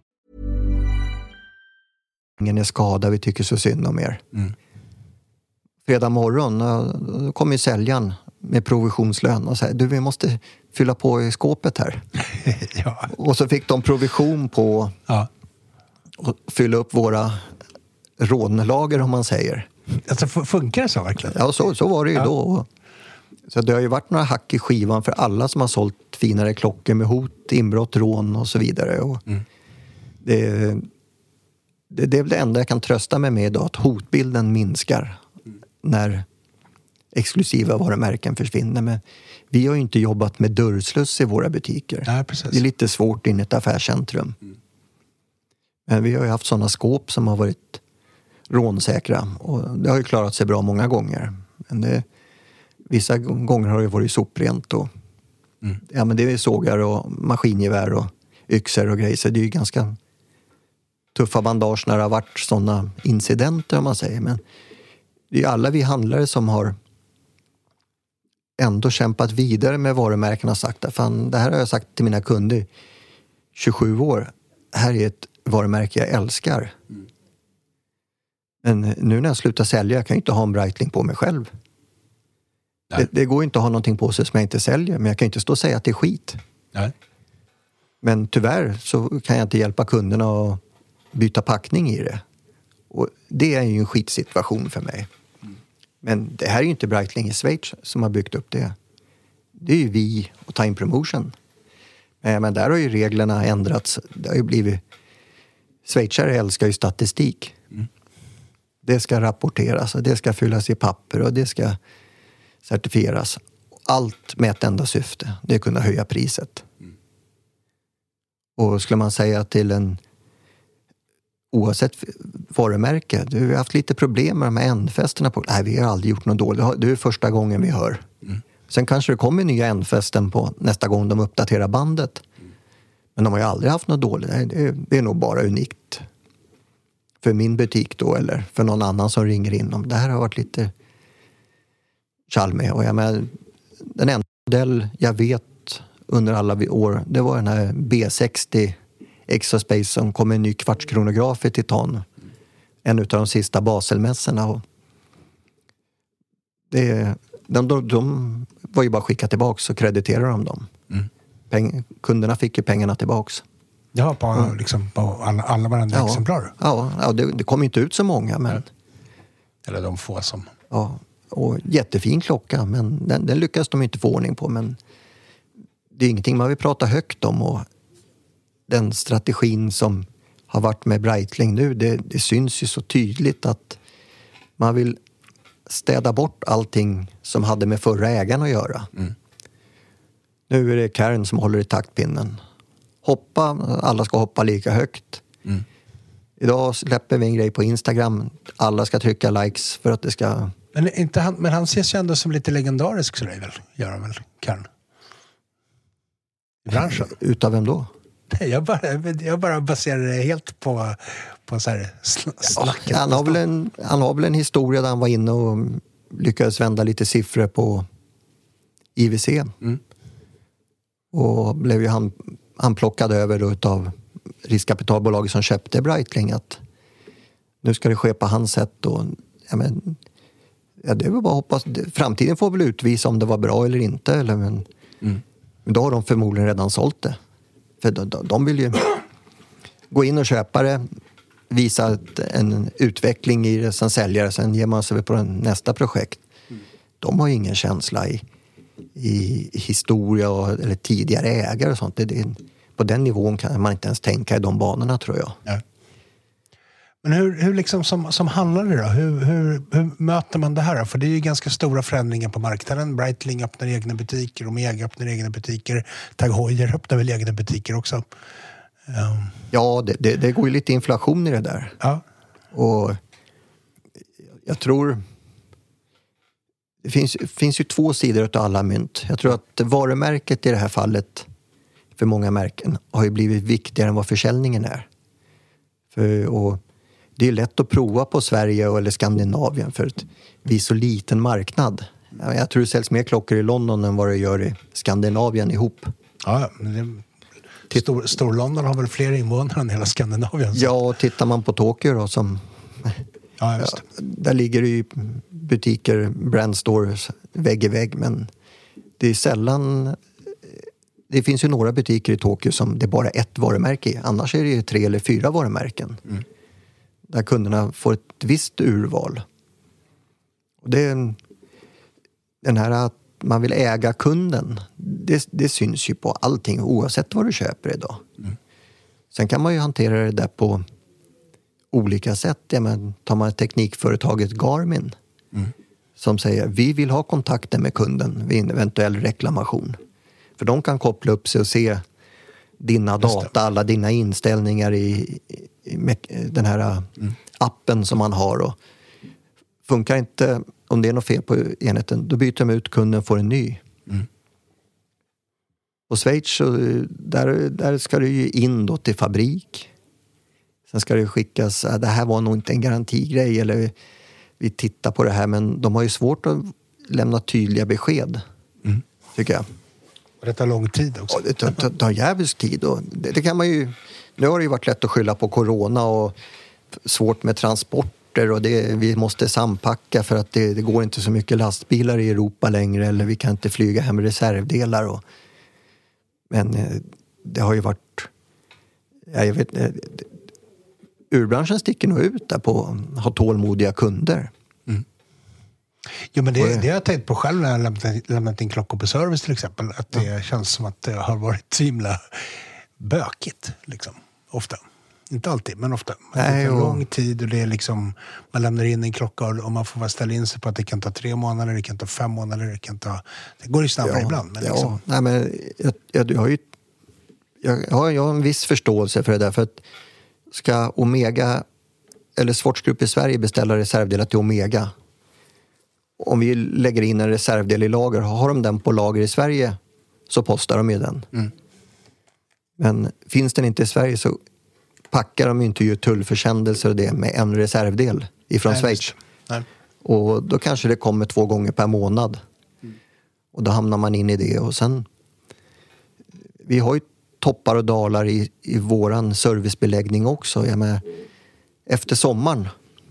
Ingen är skadad, vi tycker så synd om er. Mm. Fredag morgon då kom ju säljaren med provisionslön och säger, du vi måste fylla på i skåpet här. Ja. Och så fick de provision på ja. att fylla upp våra rånlager om man säger. Alltså funkar det så verkligen? Ja, så, så var det ju ja. då. Så det har ju varit några hack i skivan för alla som har sålt finare klockor med hot, inbrott, rån och så vidare. Och mm. det, det, det är väl det enda jag kan trösta mig med idag, att hotbilden minskar mm. när exklusiva varumärken försvinner. Men vi har ju inte jobbat med dörrsluss i våra butiker. Nej, precis. Det är lite svårt in i ett affärscentrum. Mm. Men vi har ju haft sådana skåp som har varit rånsäkra. Och det har ju klarat sig bra många gånger. Men det, vissa gånger har det varit soprent. Och, mm. ja, men det är sågar och maskingevär och yxor och grejer. Så det är ju ganska tuffa bandage när det har varit sådana incidenter om man säger. Men det är ju alla vi handlare som har ändå kämpat vidare med varumärken och sagt att fan, det här har jag sagt till mina kunder tjugosju år. Det här är ett varumärke jag älskar. Mm. Men nu när jag slutar sälja jag kan jag inte ha en Breitling på mig själv. Det, det går inte att ha någonting på sig som jag inte säljer. Men jag kan inte stå och säga att det är skit. Nej. Men tyvärr så kan jag inte hjälpa kunderna att byta packning i det. Och det är ju en skitsituation för mig. Mm. Men det här är ju inte Breitling i Schweiz som har byggt upp det. Det är ju vi och Time Promotion. Men där har ju reglerna ändrats. Det har ju blivit... Schweizare älskar ju statistik. Mm. Det ska rapporteras och det ska fyllas i papper och det ska certifieras. Allt med ett enda syfte. Det är att kunna höja priset. Mm. Och skulle man säga till en oavsett varumärke, du har haft lite problem med de här ändfästerna på. Nej, vi har aldrig gjort något dåligt. Det är första gången vi hör. Mm. Sen kanske det kommer nya ändfästen på nästa gång de uppdaterar bandet. Mm. Men de har ju aldrig haft något dåligt. Det är, det är nog bara unikt för min butik då eller för någon annan som ringer in om. Det här har varit lite tjall med. Och jag menar, den enda modell jag vet under alla år, det var den här B sextio Exospace som kom en ny kvartskronograf i titan. En av de sista Baselmässorna. Och det, de, de, de var ju bara skicka tillbaka och krediterade de dem. Mm. Peng, kunderna fick ju pengarna tillbaks. Ja, på, mm. liksom, på alla, alla varandra ja, exemplar. Ja, ja det, det kom inte ut så många. Men, eller de få som... Ja, och jättefin klocka, men den, den lyckas de inte få ordning på. Men det är ingenting man vill prata högt om. Och den strategin som har varit med Breitling nu, det, det syns ju så tydligt att man vill städa bort allting som hade med förra ägaren att göra. Mm. Nu är det Karen som håller i taktpinnen. Hoppa, alla ska hoppa lika högt. Mm. Idag släpper vi en grej på Instagram. Alla ska trycka likes för att det ska... Men, inte han, men han ses ju ändå som lite legendarisk, så det väl, gör han väl, Karen? I branschen. Utav vem då? Jag bara, jag bara baserar det helt på, på så här snacket. Ja, han, har väl en, han har väl en historia där han var inne och lyckades vända lite siffror på I W C. Mm. Och blev ju han, han plockade över då utav riskkapitalbolaget som köpte Breitling att nu ska det ske på hans sätt. Och, ja, men, ja, det är väl bara hoppas. Framtiden får väl utvisa om det var bra eller inte. Eller, men, mm. men då har de förmodligen redan sålt det. För de, de vill ju gå in och köpa det, visa en utveckling i det, sen sälja det, sen ger man sig på den nästa projekt. Mm. De har ju ingen känsla i, i historia och, eller tidigare ägare och sånt. Det, det, på den nivån kan man inte ens tänka i de banorna, tror jag. Ja. Men hur, hur liksom som, som handlare då? Hur, hur, hur möter man det här då? För det är ju ganska stora förändringar på marknaden. Breitling öppnar egna butiker, Omega öppnar egna butiker, Tag Heuer öppnar väl egna butiker också. Um. Ja, det, det, det går ju lite inflation i det där. Ja. Och jag tror... Det finns, finns ju två sidor av alla mynt. Jag tror att varumärket i det här fallet för många märken har ju blivit viktigare än vad försäljningen är. För, och det är lätt att prova på Sverige eller Skandinavien för att vi är så liten marknad. Jag tror det säljs mer klockor i London än vad det gör i Skandinavien ihop. Ja, men det, stor, Stor-London har väl fler invånare än hela Skandinavien? Så. Ja, och tittar man på Tokyo då som... Ja, just det. Ja, där ligger det ju butiker, brandstores vägg i vägg, men det är sällan... Det finns ju några butiker i Tokyo som det är bara ett varumärke i. Annars är det ju tre eller fyra varumärken. Mm. Där kunderna får ett visst urval. Och det är den här att man vill äga kunden. Det, det syns ju på allting oavsett vad du köper idag. Mm. Sen kan man ju hantera det där på olika sätt. Ja, men tar man teknikföretaget Garmin mm. som säger vi vill ha kontakten med kunden vid en eventuell reklamation. För de kan koppla upp sig och se dina data, alla dina inställningar i, i, i den här mm. appen som man har. Och funkar inte, om det är något fel på enheten, då byter de ut kunden och får en ny. Mm. Och Schweiz, så där, där ska det ju in då till fabrik. Sen ska det skickas, det här var nog inte en garantigrej eller vi tittar på det här, men de har ju svårt att lämna tydliga besked, mm. tycker jag. Det tar lång tid också. Ja, det tar, tar, tar jävligt tid. Och det, det kan man ju... Nu har det ju varit lätt att skylla på corona och svårt med transporter och det, vi måste sampacka för att det, det går inte så mycket lastbilar i Europa längre eller vi kan inte flyga hem reservdelar. Och, men det har ju varit... Ja, jag vet, urbranschen sticker nog ut där på att ha tålmodiga kunder. Mm. Jo, men det, det har jag tänkt på själv när jag lämnat, lämnat in klockor på service till exempel. Att det ja. känns som att det har varit så himla bökigt, liksom. Ofta. Inte alltid, men ofta. Nej, det tar lång tid och det är liksom, man lämnar in en klocka och man får ställa in sig på att det kan ta tre månader, det kan ta fem månader, det kan ta... Det går ju snabbare ja, ibland. Men ja, liksom. Nej, men jag, jag, jag har ju jag har, jag har en viss förståelse för det där, för att ska Omega eller Sportsgrupp i Sverige beställa reservdelar till Omega, om vi lägger in en reservdel i lager, har de den på lager i Sverige så postar de ju den. Mm. Men finns den inte i Sverige så packar de ju inte ju tullförsändelser och det med en reservdel ifrån Nej, Schweiz. Nej. Och då kanske det kommer två gånger per månad. Mm. Och då hamnar man in i det och sen vi har ju toppar och dalar i, i våran servicebeläggning också. Jag menar, efter sommaren,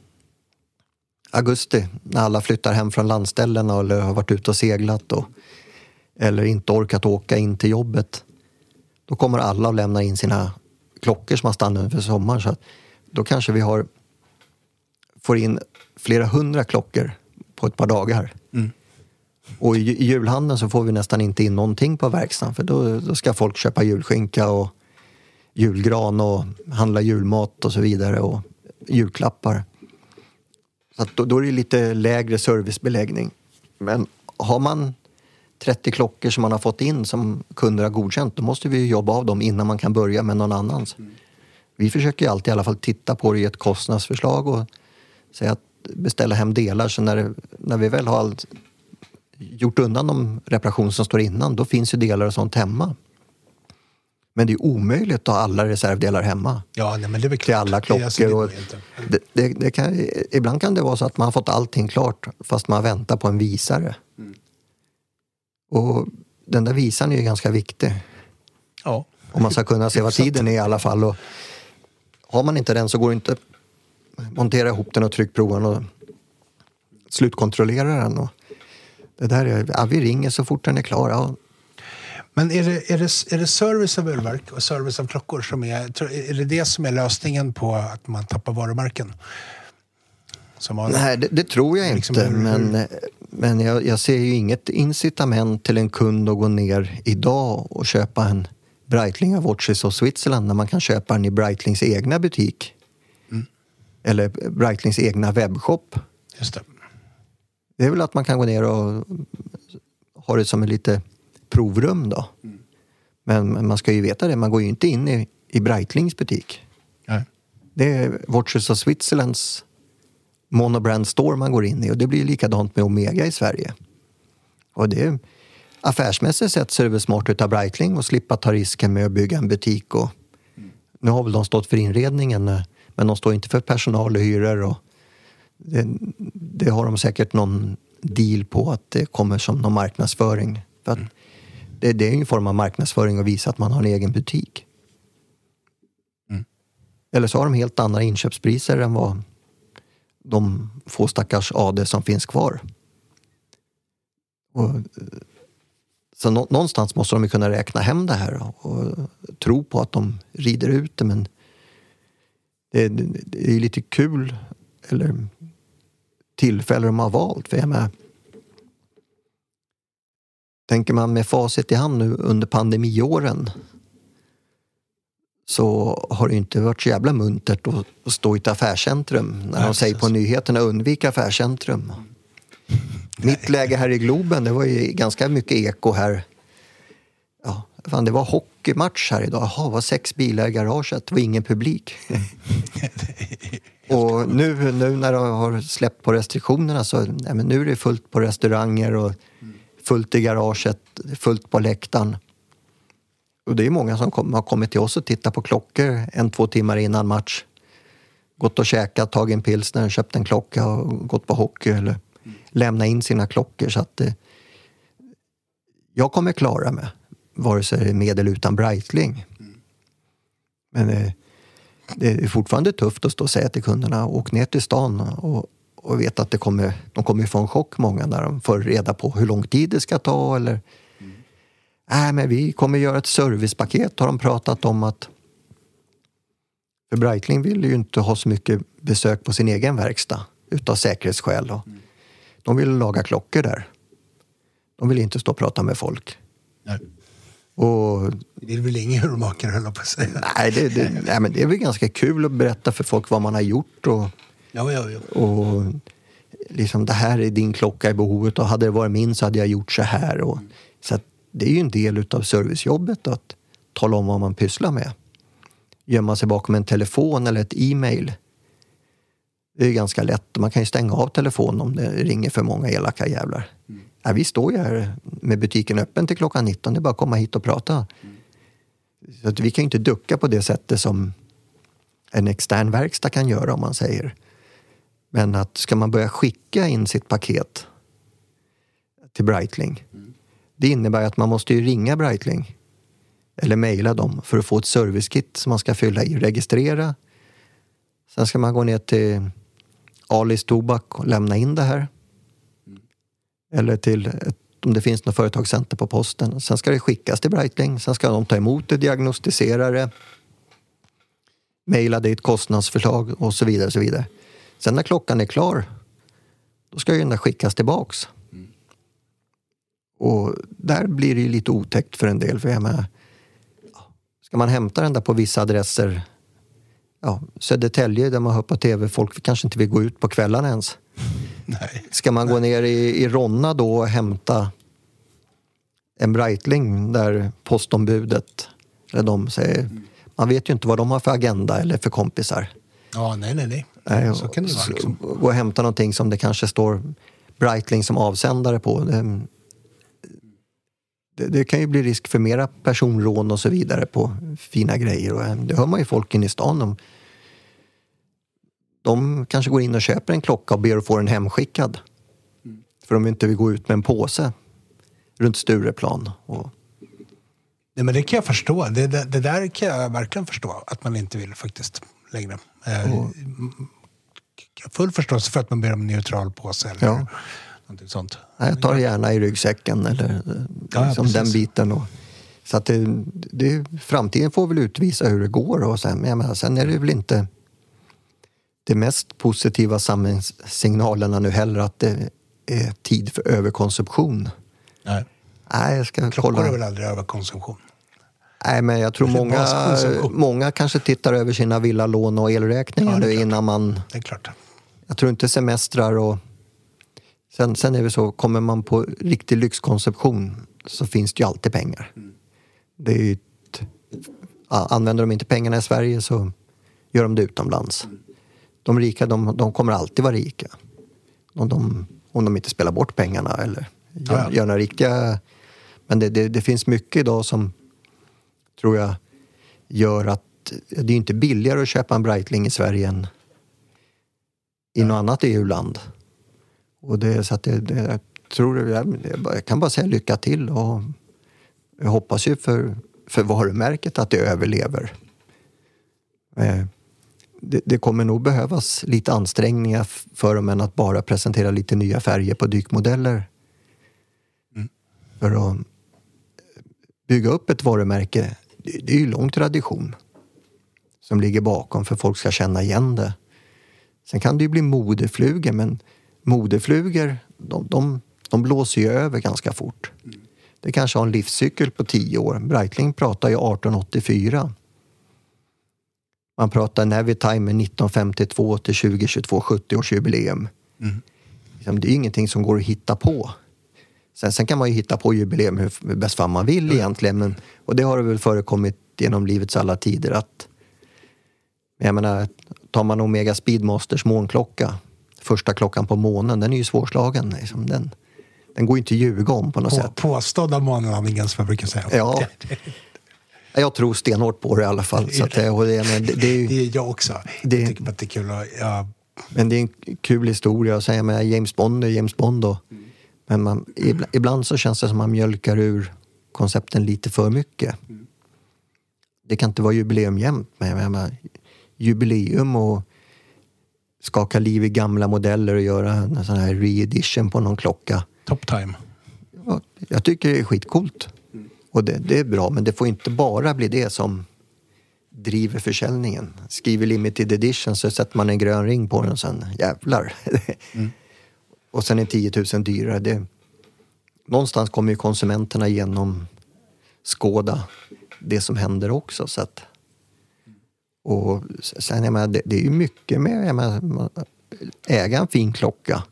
augusti, när alla flyttar hem från landställena eller har varit ute och seglat och, eller inte orkat åka in till jobbet, då kommer alla att lämna in sina klockor som har stannat för sommaren. Så att då kanske vi har får in flera hundra klockor på ett par dagar. Mm. Och i, i julhandeln så får vi nästan inte in någonting på verkstaden, för då, då ska folk köpa julskinka och julgran och handla julmat och så vidare och julklappar. Så att då, då är det lite lägre servicebeläggning. Men har man trettio klockor som man har fått in som kunder har godkänt, då måste vi jobba av dem innan man kan börja med någon annans. Mm. Vi försöker alltid i alla fall titta på det i ett kostnadsförslag och säga att beställa hem delar, så när, när vi väl har allt, gjort undan de reparationer som står innan, då finns ju delar och sånt hemma. Men det är omöjligt att ha alla reservdelar hemma. Ja, nej, men det är väl klart. Till alla klockor. Det och det, det, det kan, ibland kan det vara så att man har fått allting klart fast man väntar på en visare. Mm. Och den där visaren är ju ganska viktig. Ja. Om man ska kunna se vad tiden är i alla fall. Och har man inte den så går det inte att montera ihop den och tryckprova den och slutkontrollera den. Och det där är, ja, vi ringer så fort den är klar. Ja. Men är det, är, det, är det service av ölverk och service av klockor som är, är det det som är lösningen på att man tappar varumärken? Som har, Nej, det, det tror jag liksom inte. Hur, men hur... men jag, jag ser ju inget incitament till en kund att gå ner idag och köpa en Breitling av Watches of Switzerland när man kan köpa den i Breitlings egna butik. Mm. Eller Breitlings egna webbshop. Just det. Det är väl att man kan gå ner och ha det som en lite provrum då. Mm. Men man ska ju veta det, man går ju inte in i, i Breitlings butik. Nej. Det är Watches of Switzerlands monobrand store man går in i, och det blir likadant med Omega i Sverige. Och det är affärsmässigt sett så är det väl smart utav Breitling och slippa ta risken med att bygga en butik. Och mm. Nu har väl de stått för inredningen, men de står inte för personal och hyror, och det, det har de säkert någon deal på att det kommer som någon marknadsföring. För att mm. det, det är ju en form av marknadsföring att visa att man har en egen butik. Mm. Eller så har de helt andra inköpspriser än vad de få stackars A D som finns kvar. Och, så nå, någonstans måste de ju kunna räkna hem det här och, och tro på att de rider ut det, men det, det, det är lite kul eller tillfälle de har valt, för jag med, tänker man med facit i hand nu under pandemiåren, så har det inte varit så jävla muntert att, att stå i ett affärscentrum när de säger på nyheterna undvika affärscentrum. Mitt läge här i Globen, det var ju ganska mycket eko här. Ja, fan, det var hockeymatch här idag. Jaha, det var sex bilar i garaget. Det var ingen publik. Och nu, nu när de har släppt på restriktionerna så nej, men nu är det fullt på restauranger och fullt i garaget, fullt på läktaren. Och det är många som kom, har kommit till oss och tittat på klockor en, två timmar innan match. Gått och käkat, tagit en pilsner, köpt en klocka och gått på hockey eller mm. lämna in sina klockor. Så att eh, jag kommer klara mig, vare sig det är med eller utan Breitling. Mm. Men eh, det är fortfarande tufft att stå och säga till kunderna, åk ner till stan och, och veta att det kommer, de kommer få en chock många när de får reda på hur lång tid det ska ta eller nej, äh, men vi kommer göra ett servicepaket, har de pratat om. Att för Breitling vill ju inte ha så mycket besök på sin egen verkstad utav säkerhetsskäl. Och mm. de vill laga klockor där. De vill inte stå och prata med folk. Nej. Och, det är väl ingen urmakare, höll jag på att säga. Nej, det, det, nej, men det är väl ganska kul att berätta för folk vad man har gjort. Och, ja, ja, ja. och liksom, det här är din klocka i behovet, och hade det varit min så hade jag gjort så här. Och, mm. så att det är ju en del av servicejobbet att tala om vad man pysslar med. Gömma sig bakom en telefon eller ett e-mail. Det är ganska lätt. Man kan ju stänga av telefonen om det ringer för många elaka jävlar. Mm. Ja, vi står ju här med butiken öppen till klockan nitton. Det är bara att komma hit och prata. Mm. Så att vi kan ju inte ducka på det sättet som en extern verkstad kan göra, om man säger. Men att ska man börja skicka in sitt paket till Breitling, mm. det innebär att man måste ju ringa Breitling eller mejla dem för att få ett servicekit som man ska fylla i och registrera. Sen ska man gå ner till Alis Tobak och lämna in det här. Eller till ett, om det finns något företagscenter på posten. Sen ska det skickas till Breitling. Sen ska de ta emot det, diagnostisera det. Mejla dit kostnadsförslag och så vidare. Och så vidare. Sen när klockan är klar, då ska ju den där skickas tillbaks. Mm. Och där blir det ju lite otäckt för en del. För jag menar, ska man hämta den där på vissa adresser, ja, Södertälje där man hör på tv, folk kanske inte vill gå ut på kvällarna ens. Nej. Ska man gå ner i, i Ronna då och hämta en Breitling där postombudet, eller de säger, mm. man vet ju inte vad de har för agenda eller för kompisar. Ja, nej, nej, nej. nej så kan det vara liksom. Gå och hämta någonting som det kanske står Breitling som avsändare på. Det, det, det kan ju bli risk för mera personrån och så vidare på fina grejer. Och det hör man ju folk in i stan om. De kanske går in och köper en klocka och ber att få den hemskickad. Mm. För de inte vill gå ut med en påse runt Stureplan. Och... Nej, men det kan jag förstå. Det, det, det där kan jag verkligen förstå. Att man inte vill faktiskt längre. Eh, och... Full förståelse för att man ber om en neutral påse eller ja. någonting sånt. Jag tar gärna i ryggsäcken eller ja, liksom den biten. Och, så att det, det, framtiden får väl utvisa hur det går. Och sen, jag menar, sen är det väl inte det mest positiva samhällssignalerna nu heller att det är tid för överkonsumtion. Nej. Nej, jag ska Klockor kolla. är väl aldrig överkonsumtion? Nej, men jag tror många, många kanske tittar över sina villalån och elräkningar ja, nu innan man... Det är klart. Jag tror inte semestrar och... Sen, sen är det så, kommer man på riktig lyxkonsumtion så finns det ju alltid pengar. Mm. Det är ju ett, använder de inte pengarna i Sverige så gör de det utomlands. Mm. De rika, de, de kommer alltid vara rika. Om de, om de inte spelar bort pengarna eller gör, ja. gör några riktiga... Men det, det, det finns mycket idag som tror jag gör att det är inte billigare att köpa en Breitling i Sverige än i ja. något annat E U-land. Och det är så att det, det, jag tror det, jag kan bara säga lycka till och jag hoppas ju för, för varumärket att det överlever. Det, det kommer nog behövas lite ansträngningar för dem än att bara presentera lite nya färger på dykmodeller. Mm. För att bygga upp ett varumärke, det, det är ju lång tradition som ligger bakom för folk ska känna igen det. Sen kan det ju bli modeflugor, men modeflugor, de, de, de blåser ju över ganska fort. Mm. Det kanske har en livscykel på tio år. Breitling pratar ju arton åttiofyra. Man pratar Navitime nitton femtiotvå till tjugo tjugotvå, sjuttio-årsjubileum. Mm. Det är ju ingenting som går att hitta på. Sen, sen kan man ju hitta på jubileum hur bäst fan man vill mm. egentligen. Men, och det har det väl förekommit genom livets alla tider att jag menar, tar man Omega Speedmasters månklocka, första klockan på månen, den är ju svårslagen. Liksom. Den, den går ju inte att ljuga om på något på, sätt. Påstådda månlandningen som jag brukar säga. Ja. Jag tror stenhårt på det i alla fall. Så att det, och det, men det, det, är ju, det är jag också. Det, jag tycker att det är kul. Och, ja. Men det är en kul historia att säga med James Bond och James Bond. Och, mm. Men man, ibland, ibland så känns det som att man mjölkar ur koncepten lite för mycket. Mm. Det kan inte vara jubileum jämt. Men jag menar, jubileum och skaka liv i gamla modeller och göra en sån här re-edition på någon klocka. Top time. Ja, jag tycker det är skitcoolt. Mm. Och det, det är bra, men det får inte bara bli det som driver försäljningen. Skriver limited edition så sätter man en grön ring på den och sen jävlar. Mm. Och sen är tio tusen dyrare. Det, någonstans kommer ju konsumenterna genom skåda det som händer också. Så att, och sen jag menar, det, det är ju mycket med jag menar, äga en fin klocka.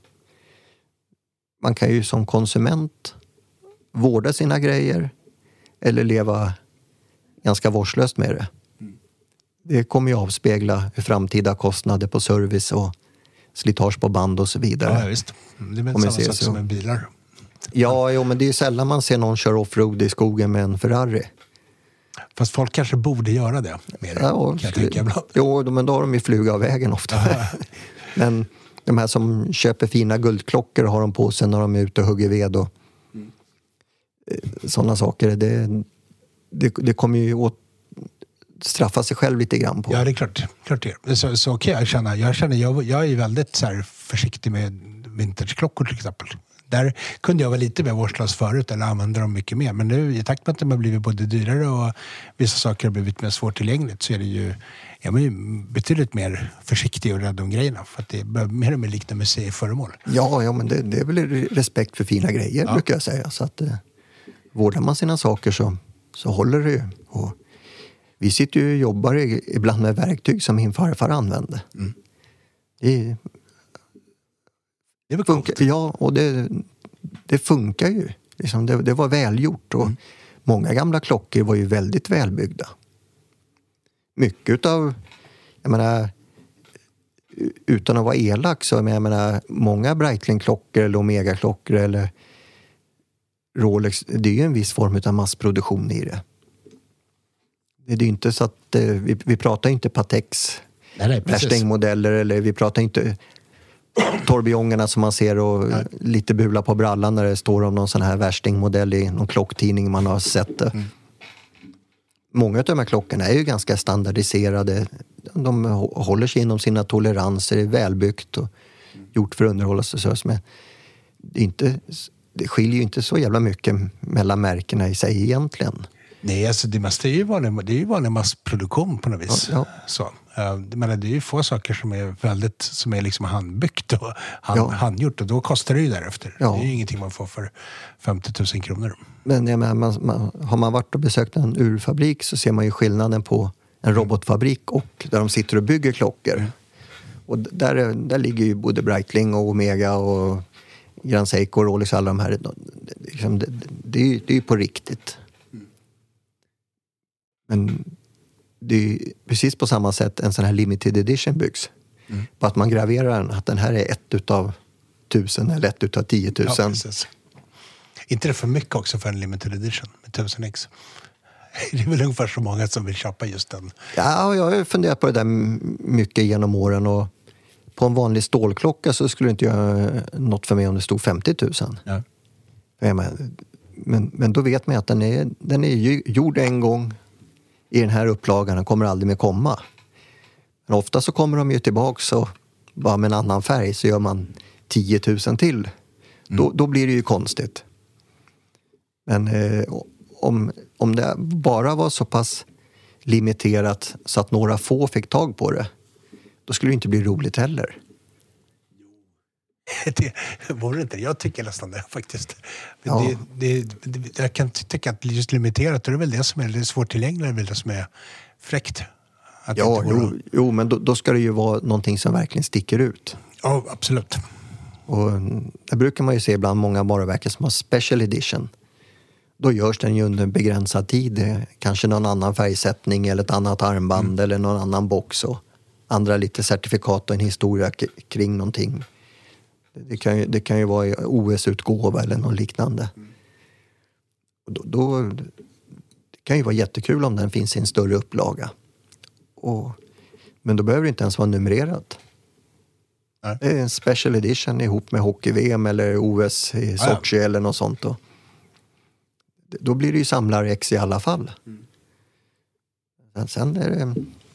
Man kan ju som konsument vårda sina grejer eller leva ganska vårdslöst med det. Det kommer ju avspegla framtida kostnader på service och slitage på band och så vidare. Ja, visst. Det är väl samma sak som med bilar. Ja, jo, men det är ju sällan man ser någon köra offroad i skogen med en Ferrari. Fast folk kanske borde göra det mer, ja, och, kan jag tänka ibland. Jo, men då har de ju fluga av vägen ofta. Men de här som köper fina guldklockor och har dem på sig när de är ute och hugger ved och mm. sådana saker, det, det, det kommer ju åt straffa sig själv lite grann på. Ja, det är klart. klart det. Så, så kan jag känna. Jag, känner jag, jag är väldigt så här, försiktig med vintageklockor till exempel. Där kunde jag vara lite mer vårdslös förut eller använda dem mycket mer. Men nu i takt med att de har blivit både dyrare och vissa saker har blivit mer svårtillgängligt så är det ju, jag är ju betydligt mer försiktig och rädd om grejerna. För att det är mer och mer liknande museiföremål. Ja, ja men det, det är väl respekt för fina grejer ja. brukar jag säga. Så att eh, vårdar man sina saker så, så håller det ju. Och vi sitter ju och jobbar ibland med verktyg som min farfar använde. Mm. Det, det funkar, ja, och det, det funkar ju. Liksom det, det var välgjort och mm. många gamla klockor var ju väldigt välbyggda. Mycket av, jag menar, utan att vara elak så jag menar, många Breitling-klockor eller Omega-klockor eller Rolex, det är ju en viss form av massproduktion i det. Det är ju inte så att eh, vi, vi pratar inte Patex värstingmodeller eller vi pratar inte Torbjörngarna som man ser och nej. lite bula på brallan när det står om någon sån här värstingmodell i någon klocktidning man har sett det. Mm. Många av de här klockorna är ju ganska standardiserade. De håller sig inom sina toleranser, är välbyggt och gjort för underhållelse. Men det, är inte, det skiljer ju inte så jävla mycket mellan märkena i sig egentligen. Nej, alltså det mesta är ju vanlig, det är ju vanlig massproduktion på något vis. Ja, ja. Så, men det är ju få saker som är väldigt, som är liksom handbyggt och hand, ja. handgjort och då kostar det ju därefter. Ja. Det är ju ingenting man får för femtio tusen kronor. Men ja, man, man, har man varit och besökt en urfabrik så ser man ju skillnaden på en robotfabrik och där de sitter och bygger klockor. Mm. Och där, där ligger ju både Breitling och Omega och Grand Seiko och Rolex och alla de här. Det, det, det, är, ju, det är ju på riktigt. Men det är precis på samma sätt en sån här limited edition byggs. Mm. På att man graverar den, att den här är ett utav tusen eller ett utav tiotusen. Ja, inte det för mycket också för en limited edition med tusen ex? Det är väl ungefär så många som vill köpa just den. Ja, jag har funderat på det där mycket genom åren och på en vanlig stålklocka så skulle det inte göra något för mig om det stod femtio tusen. Ja. Men, men då vet man att den är, den är gjord en gång i den här upplagan, den kommer aldrig mer komma. Men ofta så kommer de ju tillbaka och bara med en annan färg så gör man tio tusen till. Mm. Då, då blir det ju konstigt. Men eh, om, om det bara var så pass limiterat så att några få fick tag på det, då skulle det inte bli roligt heller. Det vore inte. Jag tycker nästan det faktiskt. Ja. Det, det, det, jag kan tycka att just limiterat, det är väl det som är det svårtillgängligt, det är väl det som är fräckt. Att ja, jo, jo, men då, då ska det ju vara någonting som verkligen sticker ut. Ja, absolut. Och det brukar man ju se ibland många varumärken som har special edition. Då görs den ju under begränsad tid. Kanske någon annan färgsättning eller ett annat armband mm. eller någon annan box och andra lite certifikat och en historia k- kring någonting. Det kan ju, det kan ju vara O S-utgåva eller något liknande. Mm. Och då, då, det kan ju vara jättekul om den finns i en större upplaga. Och, men då behöver det inte ens vara numrerat. Nej. Det är en special edition ihop med hockey-V M eller O S i Sochi ja, ja. eller något sånt. Då. Då blir det ju samlar-ex i alla fall. Mm. Sen är det...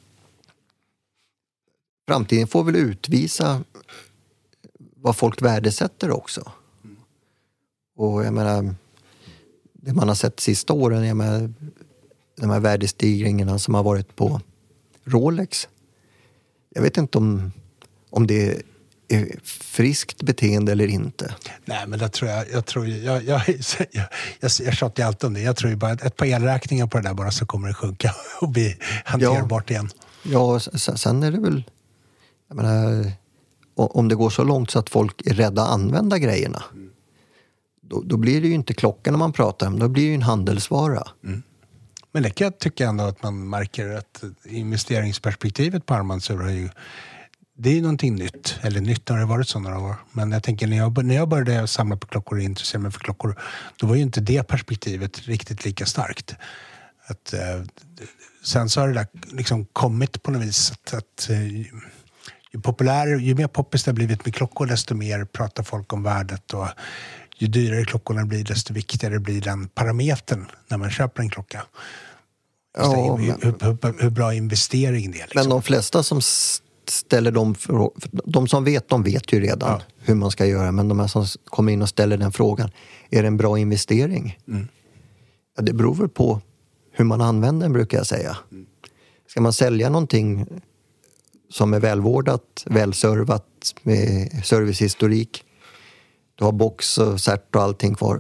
Framtiden får väl utvisa vad folk värdesätter också. Mm. Och jag menar, det man har sett sista åren, jag menar, de här värdestigringarna som har varit på Rolex. Jag vet inte om, om det är friskt beteende eller inte. Nej, men det tror jag, jag tror jag, jag, jag, jag, jag, jag tjatar alltid om det. Jag tror ju bara att ett par elräkningar på det där bara så kommer det sjunka och bli hanterbart ja, igen. Ja, sen är det väl, jag menar, om det går så långt så att folk är rädda att använda grejerna, mm. då, då blir det ju inte klockorna man pratar om, då blir det ju en handelsvara. Mm. Men det kan jag tycka ändå att man märker att investeringsperspektivet på armbandsur har ju, det är ju någonting nytt, eller nytt har det varit så några år. Men jag tänker, när jag, när jag började samla på klockor och intressera mig för klockor, då var ju inte det perspektivet riktigt lika starkt. Att, eh, sen så har det där liksom kommit på något vis att, att ju, populär, ju mer poppis det har blivit med klockor, desto mer pratar folk om värdet och ju dyrare klockorna blir, desto viktigare blir den parametern när man köper en klocka. Ja, hur, men, hur, hur, hur bra investering det är. Liksom. Men de flesta som ställer dem, de som vet, de vet ju redan ja. hur man ska göra. Men de här som kommer in och ställer den frågan, är det en bra investering? Mm. Ja, det beror väl på hur man använder den, brukar jag säga. Mm. Ska man sälja någonting som är välvårdat, välservat med servicehistorik, du har box och cert och allting kvar,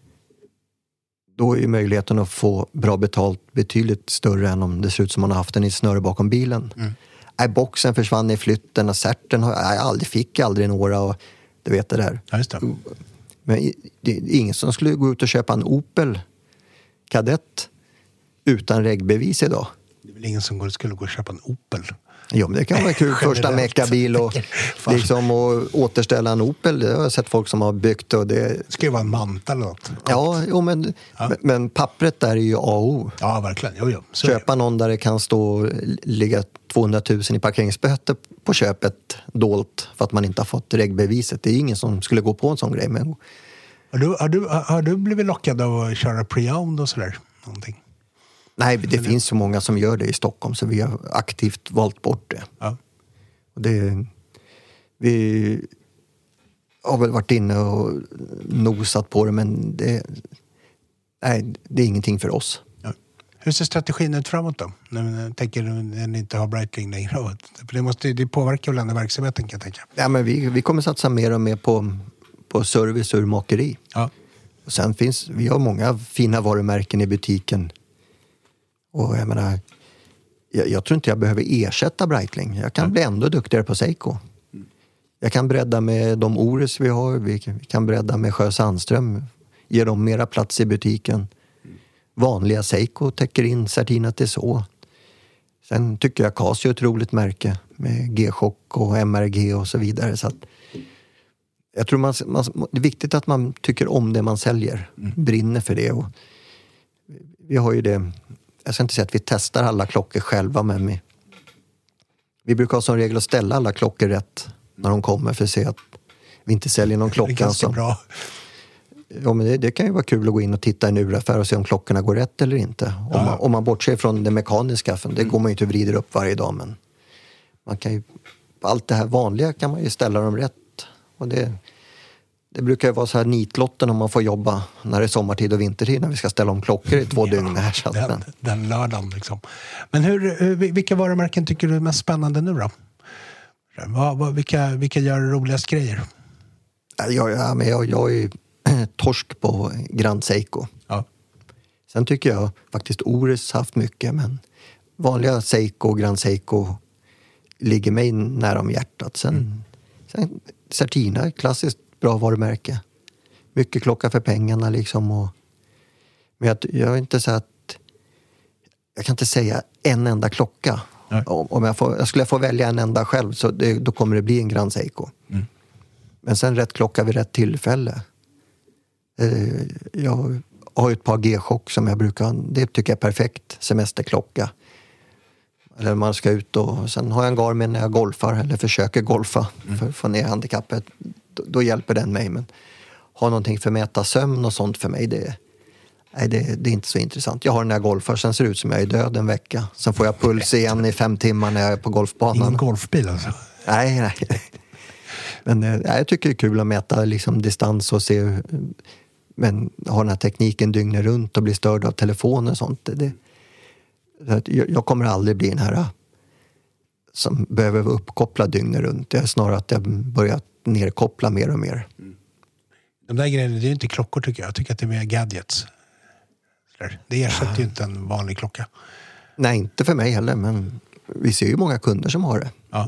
då är ju möjligheten att få bra betalt betydligt större än om det ser ut som man har haft den i snöre bakom bilen. Mm. Nej, boxen försvann i flytten och certen har jag aldrig, fick aldrig några, och du vet det där. Ja, just det. Men det är ingen som skulle gå ut och köpa en Opel Kadett utan regbevis idag. Det är väl ingen som skulle gå och köpa en Opel. Jo, men det kan vara kul. Första meckabil och liksom och återställa en Opel. Det har jag sett folk som har byggt. Och det... det ska ju vara en manta eller något. Ja, jo, men, ja. men, men pappret där är ju A och O. Ja, verkligen. Jo, jo. Köpa någon där det kan stå ligga tvåhundratusen i parkeringsböter på köpet dolt för att man inte har fått regbeviset. Det är ingen som skulle gå på en sån grej. Men... Har, du, har, du, har du blivit lockad av att köra pre-owned och sådär? Någonting? Nej, det Men, finns så många som gör det i Stockholm, så vi har aktivt valt bort det. Ja. Och det vi har väl varit inne och nosat på det, men det, nej, det är ingenting för oss. Ja. Hur ser strategin ut framåt då? När ni tänker när ni inte har Breitling längre. För det, måste, det påverkar väl ändå verksamheten, kan jag tänka. Ja, men vi, vi kommer satsa mer och mer på, på service och urmakeri. Ja. Och sen finns, vi har många fina varumärken i butiken. Och jag menar, jag, jag tror inte jag behöver ersätta Breitling. Jag kan mm. bli ändå duktigare på Seiko. Mm. Jag kan bredda med de Ores vi har. Vi, vi kan bredda med Sjö Sandström. Ge dem mera plats i butiken. Mm. Vanliga Seiko täcker in Certina till så. Sen tycker jag Casio är ett roligt märke. Med G-Shock och M R G och så vidare. Så att jag tror man, man, det är viktigt att man tycker om det man säljer. Mm. Brinner för det. Och vi har ju det... Jag ska inte säga att vi testar alla klockor själva, men vi, vi brukar ha som regel att ställa alla klockor rätt när de kommer för att se att vi inte säljer någon klocka. Det är ganska som, bra. Ja, men det, det kan ju vara kul att gå in och titta i en uraffär och se om klockorna går rätt eller inte. Ja. Om, man, om man bortser från det mekaniska, för det mm. går man ju inte och vrider upp varje dag, men man kan ju, på allt det här vanliga kan man ju ställa dem rätt. Och det... Det brukar ju vara så här nitlotten om man får jobba när det är sommartid och vintertid, när vi ska ställa om klockor i två ja, dygn här. Så den, den. den lördagen liksom. Men hur, vilka varumärken tycker du är mest spännande nu då? Vad, vad, vilka, vilka gör roligast grejer? Ja, ja, men jag, jag är ju torsk på Grand Seiko. Ja. Sen tycker jag faktiskt Ores haft mycket, men vanliga Seiko och Grand Seiko ligger mig nära om hjärtat. Sen, mm. sen Certina, klassiskt bra varumärke. Mycket klocka för pengarna liksom. Och, men jag, jag är inte så att jag kan inte säga en enda klocka. Om, om jag, får, jag skulle få välja en enda själv, så det, då kommer det bli en Grand Seiko. Mm. Men sen rätt klocka vid rätt tillfälle. Eh, jag har ju ett par G-Shock som jag brukar, det tycker jag är perfekt semesterklocka. Eller man ska ut och sen har jag en Garmin när jag golfar eller försöker golfa mm. för att få ner handikappet. Då, då hjälper den mig, men ha någonting för att mäta sömn och sånt för mig, det, nej, det, det är inte så intressant. Jag har den när jag golfar, sen ser det ut som jag är död en vecka. Sen får jag puls igen i fem timmar när jag är på golfbanan. Ingen golfbil alltså? Nej, nej. Men nej, jag tycker det är kul att mäta liksom distans och se, men ha den här tekniken dygnet runt och bli störd av telefoner och sånt. Det, jag, jag kommer aldrig bli den här som behöver vara uppkopplad dygnet runt. Det är snarare att jag börjar nerkoppla mer och mer. Mm. De där grejerna, det är inte klockor tycker jag. Jag tycker att det är mer gadgets. Det ersätter ju inte en vanlig klocka. Nej, inte för mig heller, men vi ser ju många kunder som har det. Ja.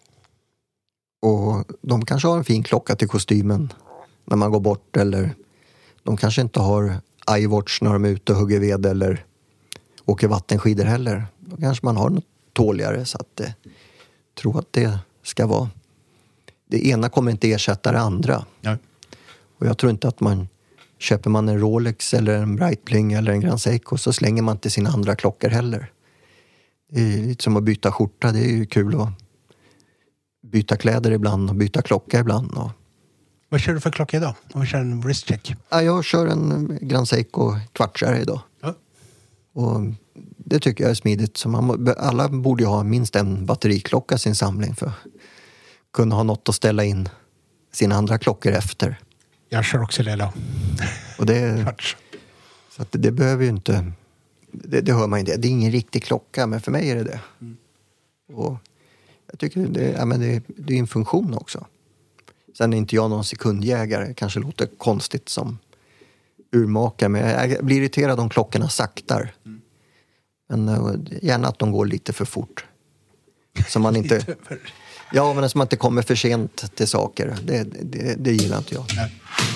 Och de kanske har en fin klocka till kostymen när man går bort, eller de kanske inte har iWatch när de är ute och hugger ved eller åker vattenskidor heller. Då kanske man har något tåligare, så att det, tror att det ska vara. Det ena kommer inte ersätta det andra. Ja. Och jag tror inte att man köper man en Rolex eller en Breitling eller en Grand Seiko, så slänger man inte sina andra klockor heller. Det är lite som att byta skjorta. Det är ju kul att byta kläder ibland och byta klocka ibland. Och Vad kör du för klocka idag? Om vi kör en wristcheck. Ja, jag kör en Grand Seiko kvartsare idag. Ja. Och det tycker jag är smidigt. Så man, alla borde ju ha minst en batteriklocka i sin samling för att kunna ha något att ställa in sina andra klockor efter. Jag kör också det idag. Och det, Kvarts. så att det, det behöver ju inte... Det, det hör man inte. Det är ingen riktig klocka, men för mig är det det. Mm. Och jag tycker det, ja, men det, det är en funktion också. Sen är inte jag någon sekundjägare. Kanske låter konstigt som urmakare. Men jag blir irriterad om klockorna saktar. Mm. Men uh, gärna att de går lite för fort. Så man inte... Ja, men så man inte kommer för sent till saker. Det, det, det gillar inte jag. Nej.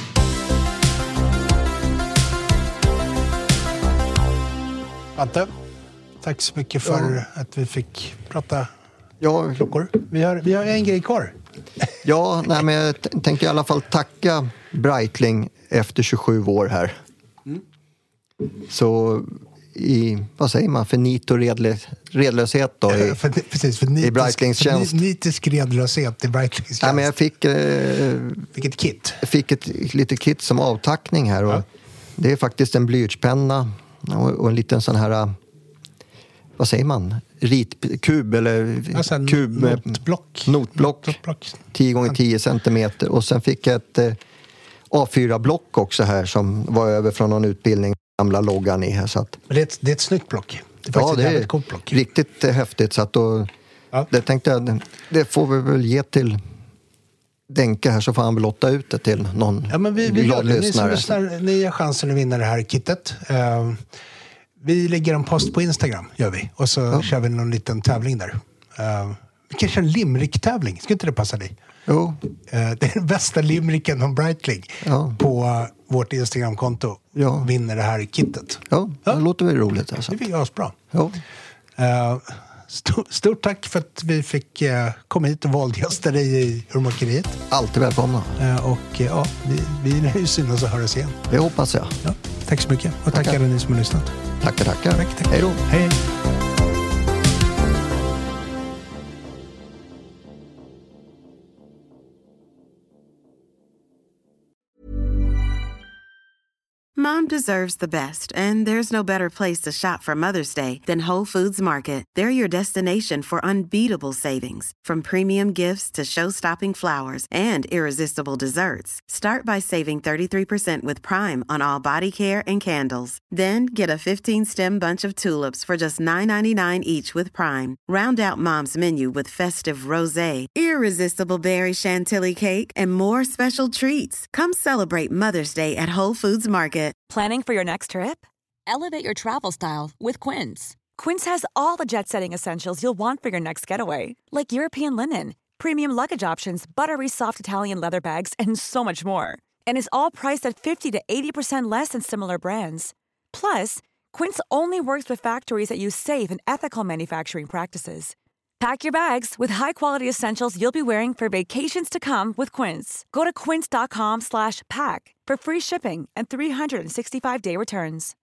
Ante, tack så mycket för ja. att vi fick prata ja. klockor. Vi har, vi har en grej kvar. Ja, nej, men jag t- tänker i alla fall tacka Breitling efter tjugosju år här. Mm. Så i, vad säger man, för nit och redlös, redlöshet då i, för, precis, för nitisk, i Breitlings tjänst. För nitisk redlöshet i Breitlings tjänst. Ja, men jag fick, eh, fick ett kit. Jag fick ett litet kit som avtackning här. Och ja. Det är faktiskt en blyertspenna och, och en liten sån här, vad säger man, ritkub eller alltså kub med notblock. notblock, notblock. tio gånger tio centimeter. Och sen fick jag ett eh, A fyra-block också här som var över från någon utbildning. Gamla loggan i här. Så att, men det, är ett, det är ett snyggt block. Det är ja, det är coolt block. Riktigt eh, häftigt. Så att då, ja. Det tänkte jag, det får vi väl ge till Denke här så får han väl lotta ut det till någon ja, men vi, vi glad ni lyssnare. Ni som lyssnar, ni har chansen att vinna det här kittet. Uh, vi lägger en post på Instagram, gör vi. Och så ja. kör vi någon liten tävling där. Uh, vi kanske en limerick-tävling. Ska inte det passa dig? Jo. Uh, det är den bästa limericken om Breitling ja. på uh, vårt Instagram-konto. Ja. Vinner det här kittet. Ja, det ja. låter väl roligt. Alltså. Det fick oss bra. Ja. Uh, Stort, stort tack för att vi fick uh, komma hit och våldgästa dig i urmakeriet. Alltid välkomna. Uh, och uh, ja, vi, vi är synas och höras igen. Det hoppas jag. Ja, tack så mycket. Och tackar, tackar ni som har lyssnat. Tackar, tackar. Tack, tack. Hej då. Hej. Mom deserves the best, and there's no better place to shop for Mother's Day than Whole Foods Market. They're your destination for unbeatable savings, from premium gifts to show-stopping flowers and irresistible desserts. Start by saving thirty-three percent with Prime on all body care and candles. Then get a fifteen-stem bunch of tulips for just nine ninety-nine each with Prime. Round out Mom's menu with festive rosé, irresistible berry chantilly cake, and more special treats. Come celebrate Mother's Day at Whole Foods Market. Planning for your next trip? Elevate your travel style with Quince. Quince has all the jet-setting essentials you'll want for your next getaway, like European linen, premium luggage options, buttery soft Italian leather bags, and so much more. And is all priced at fifty to eighty percent less than similar brands. Plus, Quince only works with factories that use safe and ethical manufacturing practices. Pack your bags with high-quality essentials you'll be wearing for vacations to come with Quince. Go to quince.com slash pack for free shipping and three sixty-five day returns.